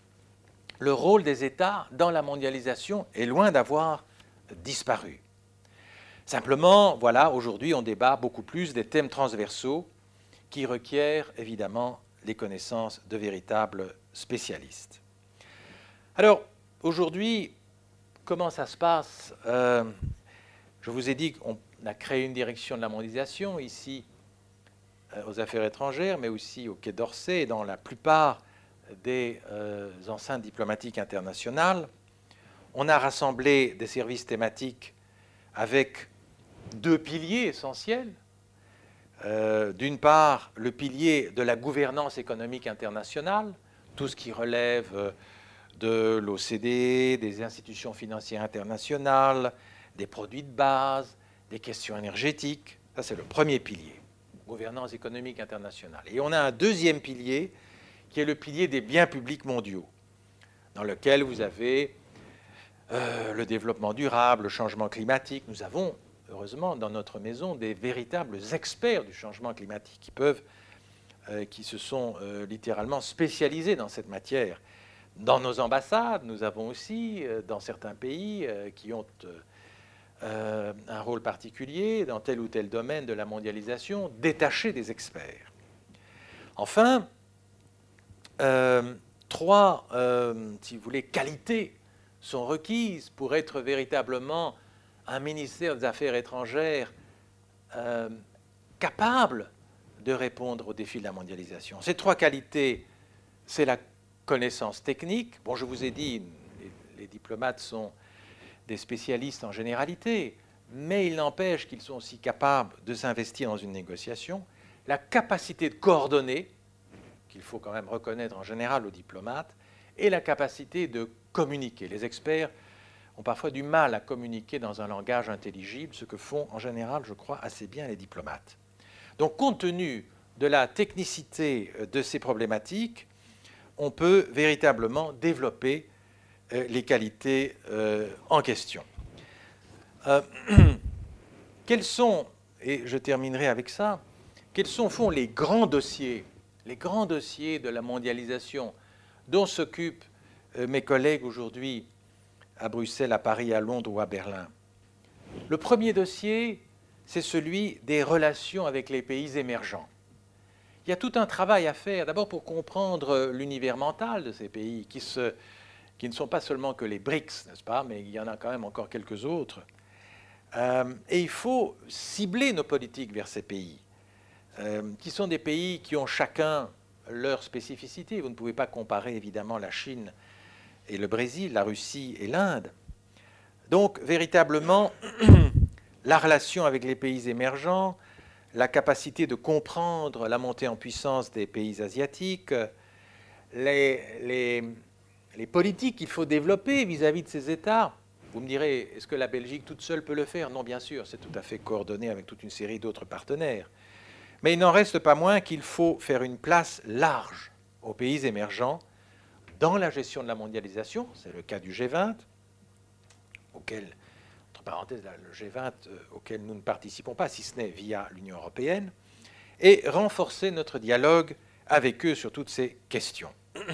[SPEAKER 3] le rôle des États dans la mondialisation est loin d'avoir disparu. Simplement, voilà, aujourd'hui, on débat beaucoup plus des thèmes transversaux qui requièrent évidemment les connaissances de véritables spécialistes. Alors, aujourd'hui, comment ça se passe? euh, Je vous ai dit qu'on a créé une direction de la mondialisation ici, aux affaires étrangères, mais aussi au Quai d'Orsay et dans la plupart des euh, enceintes diplomatiques internationales. On a rassemblé des services thématiques avec deux piliers essentiels. Euh, D'une part, le pilier de la gouvernance économique internationale, tout ce qui relève de l'O C D, des institutions financières internationales, des produits de base, des questions énergétiques. Ça, c'est le premier pilier. Gouvernance économique internationale. Et on a un deuxième pilier qui est le pilier des biens publics mondiaux, dans lequel vous avez euh, le développement durable, le changement climatique. Nous avons, heureusement, dans notre maison, des véritables experts du changement climatique qui peuvent, euh, qui se sont euh, littéralement spécialisés dans cette matière. Dans nos ambassades, nous avons aussi, euh, dans certains pays euh, qui ont euh, Euh, un rôle particulier dans tel ou tel domaine de la mondialisation, détaché des experts. Enfin, euh, trois, euh, si vous voulez, qualités sont requises pour être véritablement un ministère des Affaires étrangères euh, capable de répondre aux défis de la mondialisation. Ces trois qualités, c'est la connaissance technique. Bon, je vous ai dit, les, les diplomates sont des spécialistes en généralité, mais il n'empêche qu'ils sont aussi capables de s'investir dans une négociation, la capacité de coordonner, qu'il faut quand même reconnaître en général aux diplomates, et la capacité de communiquer. Les experts ont parfois du mal à communiquer dans un langage intelligible, ce que font en général, je crois, assez bien les diplomates. Donc, compte tenu de la technicité de ces problématiques, on peut véritablement développer les qualités euh, en question. Euh, quels sont, et je terminerai avec ça, quels sont au fond les grands dossiers, les grands dossiers de la mondialisation dont s'occupent euh, mes collègues aujourd'hui à Bruxelles, à Paris, à Londres ou à Berlin? Le premier dossier, c'est celui des relations avec les pays émergents. Il y a tout un travail à faire, d'abord pour comprendre l'univers mental de ces pays qui se qui ne sont pas seulement que les BRICS, n'est-ce pas, mais il y en a quand même encore quelques autres. Euh, et il faut cibler nos politiques vers ces pays, euh, qui sont des pays qui ont chacun leur spécificité. Vous ne pouvez pas comparer évidemment la Chine et le Brésil, la Russie et l'Inde. Donc, véritablement, la relation avec les pays émergents, la capacité de comprendre la montée en puissance des pays asiatiques, les... les les politiques qu'il faut développer vis-à-vis de ces États. Vous me direz, est-ce que la Belgique toute seule peut le faire? Non, bien sûr, c'est tout à fait coordonné avec toute une série d'autres partenaires. Mais il n'en reste pas moins qu'il faut faire une place large aux pays émergents dans la gestion de la mondialisation. C'est le cas du G vingt, auquel, entre parenthèses, le G vingt euh, auquel nous ne participons pas, si ce n'est via l'Union européenne, et renforcer notre dialogue avec eux sur toutes ces questions.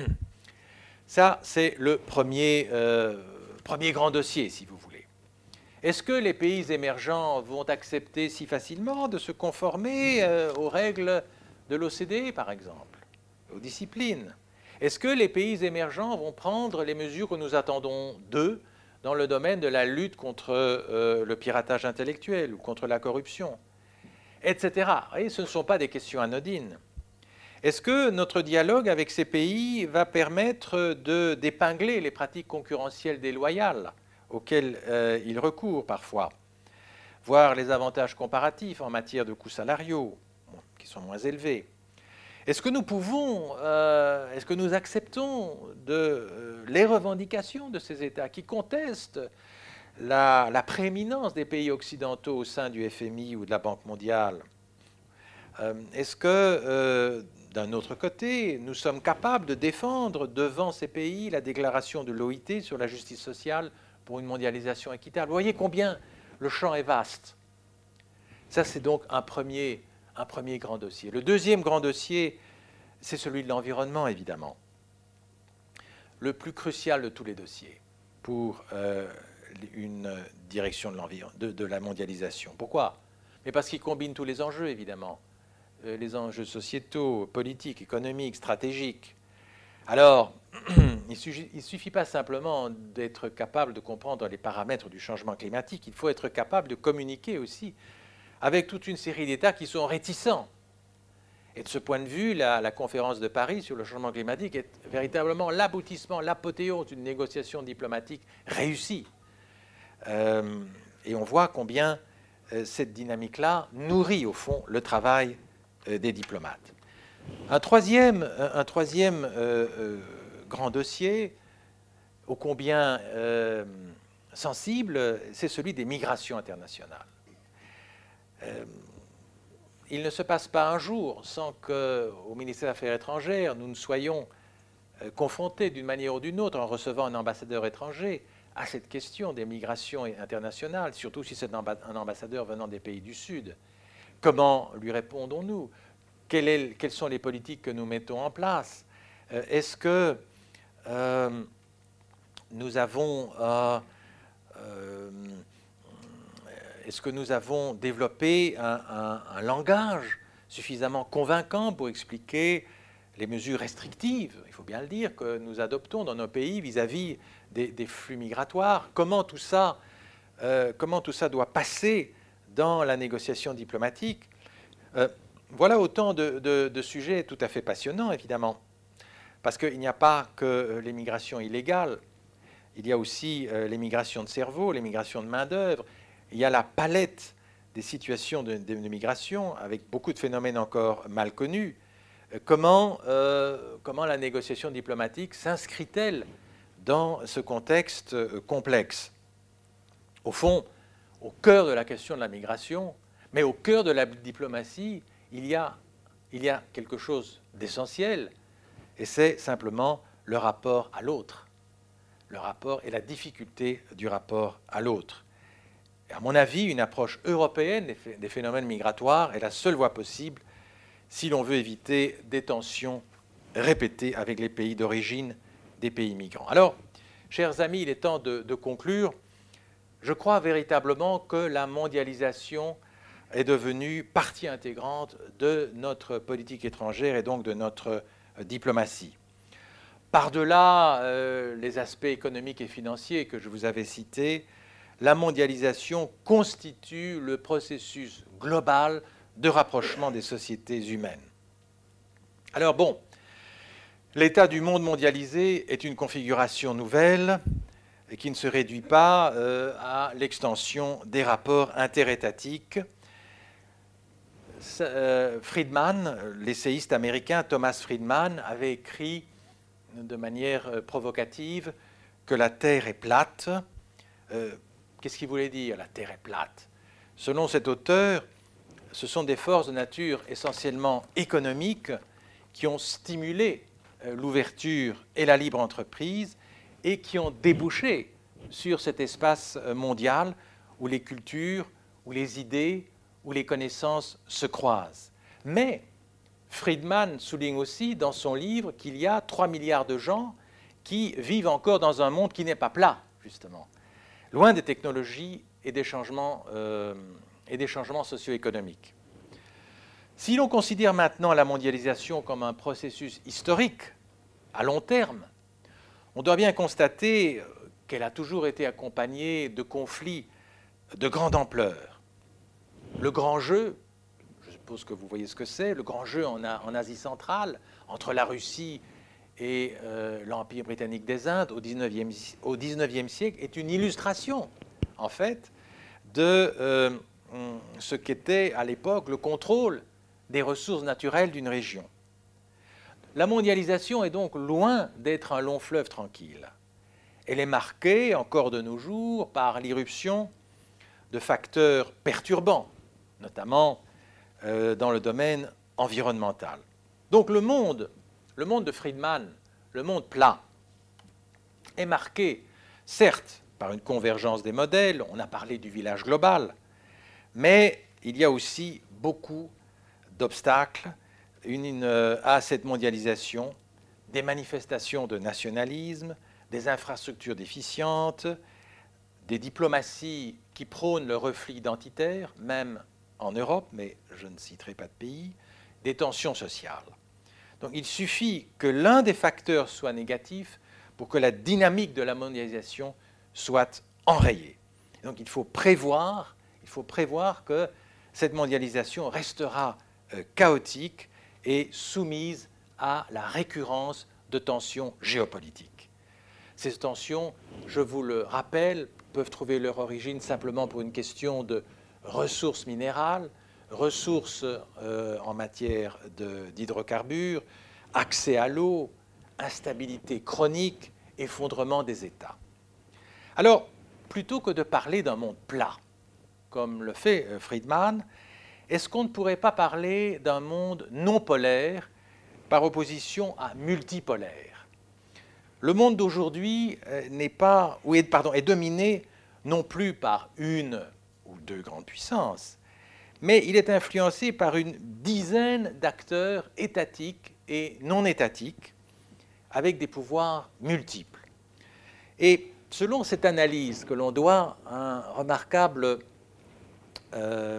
[SPEAKER 3] Ça, c'est le premier, euh, premier grand dossier, si vous voulez. Est-ce que les pays émergents vont accepter si facilement de se conformer euh, aux règles de l'O C D E, par exemple, aux disciplines? Est-ce que les pays émergents vont prendre les mesures que nous attendons d'eux dans le domaine de la lutte contre euh, le piratage intellectuel ou contre la corruption, et cetera. Et ce ne sont pas des questions anodines. Est-ce que notre dialogue avec ces pays va permettre de, d'épingler les pratiques concurrentielles déloyales auxquelles euh, ils recourent parfois, voir les avantages comparatifs en matière de coûts salariaux, bon, qui sont moins élevés? Est-ce que nous pouvons, euh, est-ce que nous acceptons de, euh, les revendications de ces États qui contestent la, la prééminence des pays occidentaux au sein du F M I ou de la Banque mondiale? euh, Est-ce que, euh, d'un autre côté, nous sommes capables de défendre devant ces pays la déclaration de l'O I T sur la justice sociale pour une mondialisation équitable? Vous voyez combien le champ est vaste. Ça, c'est donc un premier... un premier grand dossier. Le deuxième grand dossier, c'est celui de l'environnement, évidemment. Le plus crucial de tous les dossiers pour euh, une direction de, de, de la mondialisation. Pourquoi? Mais parce qu'il combine tous les enjeux, évidemment. Euh, les enjeux sociétaux, politiques, économiques, stratégiques. Alors, il ne suffit pas simplement d'être capable de comprendre les paramètres du changement climatique, il faut être capable de communiquer aussi avec toute une série d'États qui sont réticents. Et de ce point de vue, la, la conférence de Paris sur le changement climatique est véritablement l'aboutissement, l'apothéose d'une négociation diplomatique réussie. Euh, et on voit combien euh, cette dynamique-là nourrit, au fond, le travail euh, des diplomates. Un troisième, un troisième euh, euh, grand dossier, ô combien euh, sensible, c'est celui des migrations internationales. Euh, il ne se passe pas un jour sans qu'au ministère des Affaires étrangères, nous ne soyons euh, confrontés d'une manière ou d'une autre, en recevant un ambassadeur étranger, à cette question des migrations internationales, surtout si c'est un ambassadeur venant des pays du Sud. Comment lui répondons-nous? Quelle est, Quelles sont les politiques que nous mettons en place? euh, Est-ce que euh, nous avons... Euh, euh, Est-ce que nous avons développé un, un, un langage suffisamment convaincant pour expliquer les mesures restrictives, il faut bien le dire, que nous adoptons dans nos pays vis-à-vis des, des flux migratoires? Comment tout ça, euh, comment tout ça doit passer dans la négociation diplomatique? euh, Voilà autant de, de, de sujets tout à fait passionnants, évidemment, parce qu'il n'y a pas que les migrations illégales, il y a aussi euh, les migrations de cerveau, les migrations de main-d'œuvre. Il y a la palette des situations de, de, de migration, avec beaucoup de phénomènes encore mal connus. Comment, euh, comment la négociation diplomatique s'inscrit-elle dans ce contexte euh, complexe? Au fond, au cœur de la question de la migration, mais au cœur de la diplomatie, il y a, il y a quelque chose d'essentiel, et c'est simplement le rapport à l'autre. Le rapport et la difficulté du rapport à l'autre. À mon avis, une approche européenne des phénomènes migratoires est la seule voie possible si l'on veut éviter des tensions répétées avec les pays d'origine des pays migrants. Alors, chers amis, il est temps de, de conclure. Je crois véritablement que la mondialisation est devenue partie intégrante de notre politique étrangère et donc de notre euh, diplomatie. Par-delà euh, les aspects économiques et financiers que je vous avais cités, la mondialisation constitue le processus global de rapprochement des sociétés humaines. Alors bon, l'état du monde mondialisé est une configuration nouvelle et qui ne se réduit pas euh, à l'extension des rapports interétatiques. Euh, Friedman, l'essayiste américain Thomas Friedman, avait écrit de manière provocative que la Terre est plate. Euh, Qu'est-ce qu'il voulait dire, la Terre est plate? Selon cet auteur, ce sont des forces de nature essentiellement économiques qui ont stimulé l'ouverture et la libre entreprise et qui ont débouché sur cet espace mondial où les cultures, où les idées, où les connaissances se croisent. Mais Friedman souligne aussi dans son livre qu'il y a trois milliards de gens qui vivent encore dans un monde qui n'est pas plat, justement, loin des technologies et des changements, euh, et des changements socio-économiques. Si l'on considère maintenant la mondialisation comme un processus historique, à long terme, on doit bien constater qu'elle a toujours été accompagnée de conflits de grande ampleur. Le grand jeu, je suppose que vous voyez ce que c'est, le grand jeu en, en Asie centrale, entre la Russie et euh, l'Empire britannique des Indes au dix-neuvième, au dix-neuvième siècle, est une illustration, en fait, de euh, ce qu'était à l'époque le contrôle des ressources naturelles d'une région. La mondialisation est donc loin d'être un long fleuve tranquille. Elle est marquée, encore de nos jours, par l'irruption de facteurs perturbants, notamment euh, dans le domaine environnemental. Donc le monde, le monde de Friedman, le monde plat, est marqué, certes, par une convergence des modèles, on a parlé du village global, mais il y a aussi beaucoup d'obstacles une, une, à cette mondialisation, des manifestations de nationalisme, des infrastructures déficientes, des diplomaties qui prônent le reflux identitaire, même en Europe, mais je ne citerai pas de pays, des tensions sociales. Donc il suffit que l'un des facteurs soit négatif pour que la dynamique de la mondialisation soit enrayée. Donc il faut prévoir, il faut prévoir que cette mondialisation restera euh, chaotique et soumise à la récurrence de tensions géopolitiques. Ces tensions, je vous le rappelle, peuvent trouver leur origine simplement pour une question de ressources minérales, ressources euh, en matière de, d'hydrocarbures, accès à l'eau, instabilité chronique, effondrement des États. Alors, plutôt que de parler d'un monde plat, comme le fait Friedman, est-ce qu'on ne pourrait pas parler d'un monde non polaire par opposition à multipolaire? Le monde d'aujourd'hui n'est pas, ou est, pardon, est dominé non plus par une ou deux grandes puissances, mais il est influencé par une dizaine d'acteurs étatiques et non étatiques avec des pouvoirs multiples. Et selon cette analyse que l'on doit à un remarquable euh,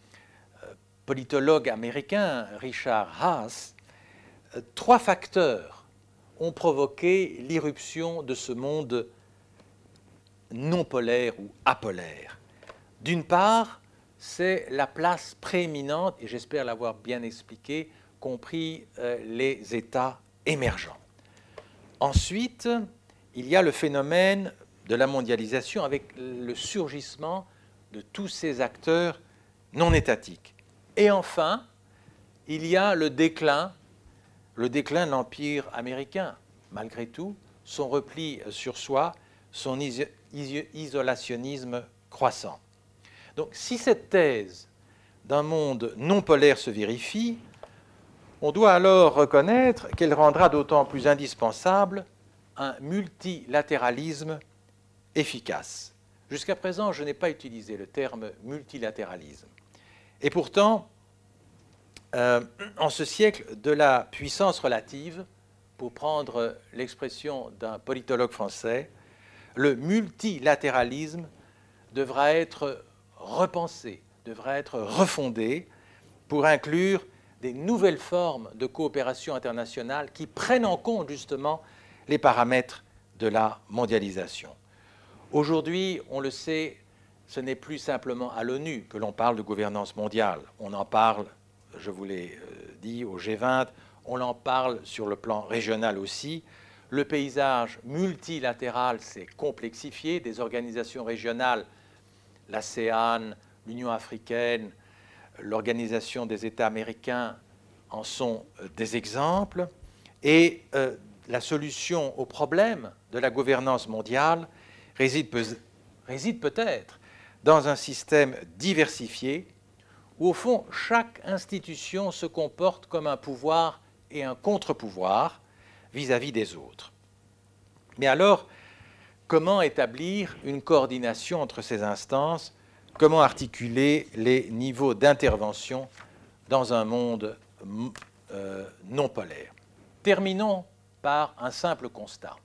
[SPEAKER 3] politologue américain, Richard Haas, euh, trois facteurs ont provoqué l'irruption de ce monde non polaire ou apolaire. D'une part, c'est la place prééminente, et j'espère l'avoir bien expliqué, compris euh, les États émergents. Ensuite, il y a le phénomène de la mondialisation avec le surgissement de tous ces acteurs non étatiques. Et enfin, il y a le déclin, le déclin de l'Empire américain. Malgré tout, son repli sur soi, son iso- iso- isolationnisme croissant. Donc, si cette thèse d'un monde non polaire se vérifie, on doit alors reconnaître qu'elle rendra d'autant plus indispensable un multilatéralisme efficace. Jusqu'à présent, je n'ai pas utilisé le terme multilatéralisme. Et pourtant, euh, en ce siècle de la puissance relative, pour prendre l'expression d'un politologue français, le multilatéralisme devra être repensé, devra être refondé pour inclure des nouvelles formes de coopération internationale qui prennent en compte justement les paramètres de la mondialisation. Aujourd'hui, on le sait, ce n'est plus simplement à l'ONU que l'on parle de gouvernance mondiale. On en parle, je vous l'ai dit, au G vingt, on en parle sur le plan régional aussi. Le paysage multilatéral s'est complexifié, des organisations régionales, l'ASEAN, l'Union africaine, l'Organisation des États américains en sont des exemples. Et euh, la solution au problème de la gouvernance mondiale réside, pe- réside peut-être dans un système diversifié où, au fond, chaque institution se comporte comme un pouvoir et un contre-pouvoir vis-à-vis des autres. Mais alors, comment établir une coordination entre ces instances? Comment articuler les niveaux d'intervention dans un monde euh, non polaire? Terminons par un simple constat.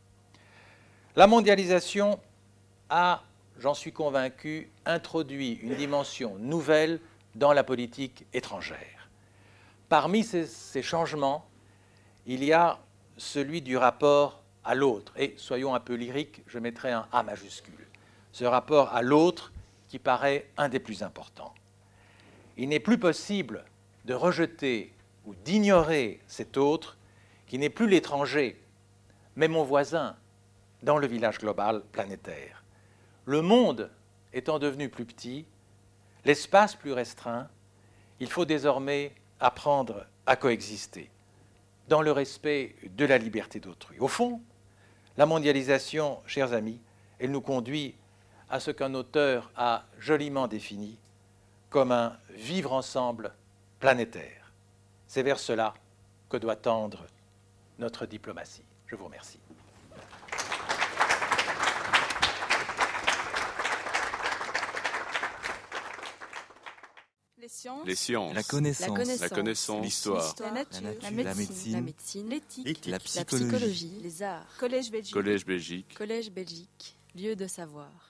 [SPEAKER 3] La mondialisation a, j'en suis convaincu, introduit une dimension nouvelle dans la politique étrangère. Parmi ces, ces changements, il y a celui du rapport à l'autre. Et soyons un peu lyriques, je mettrai un A majuscule. Ce rapport à l'autre qui paraît un des plus importants. Il n'est plus possible de rejeter ou d'ignorer cet autre qui n'est plus l'étranger, mais mon voisin dans le village global planétaire. Le monde étant devenu plus petit, l'espace plus restreint, il faut désormais apprendre à coexister dans le respect de la liberté d'autrui. Au fond, la mondialisation, chers amis, elle nous conduit à ce qu'un auteur a joliment défini comme un vivre ensemble planétaire. C'est vers cela que doit tendre notre diplomatie. Je vous remercie.
[SPEAKER 1] Les sciences,
[SPEAKER 2] Les sciences.
[SPEAKER 5] La connaissance.
[SPEAKER 1] La connaissance.
[SPEAKER 2] La connaissance. L'histoire.
[SPEAKER 1] la nature,
[SPEAKER 5] La nature,
[SPEAKER 1] la
[SPEAKER 5] la
[SPEAKER 1] médecine,
[SPEAKER 5] médecine,
[SPEAKER 1] la médecine, l'éthique,
[SPEAKER 5] l'éthique, la
[SPEAKER 1] la
[SPEAKER 5] psychologie.
[SPEAKER 1] psychologie, les arts. Collège Belgique.
[SPEAKER 2] Collège Belgique.
[SPEAKER 1] Collège Belgique, lieu de savoir.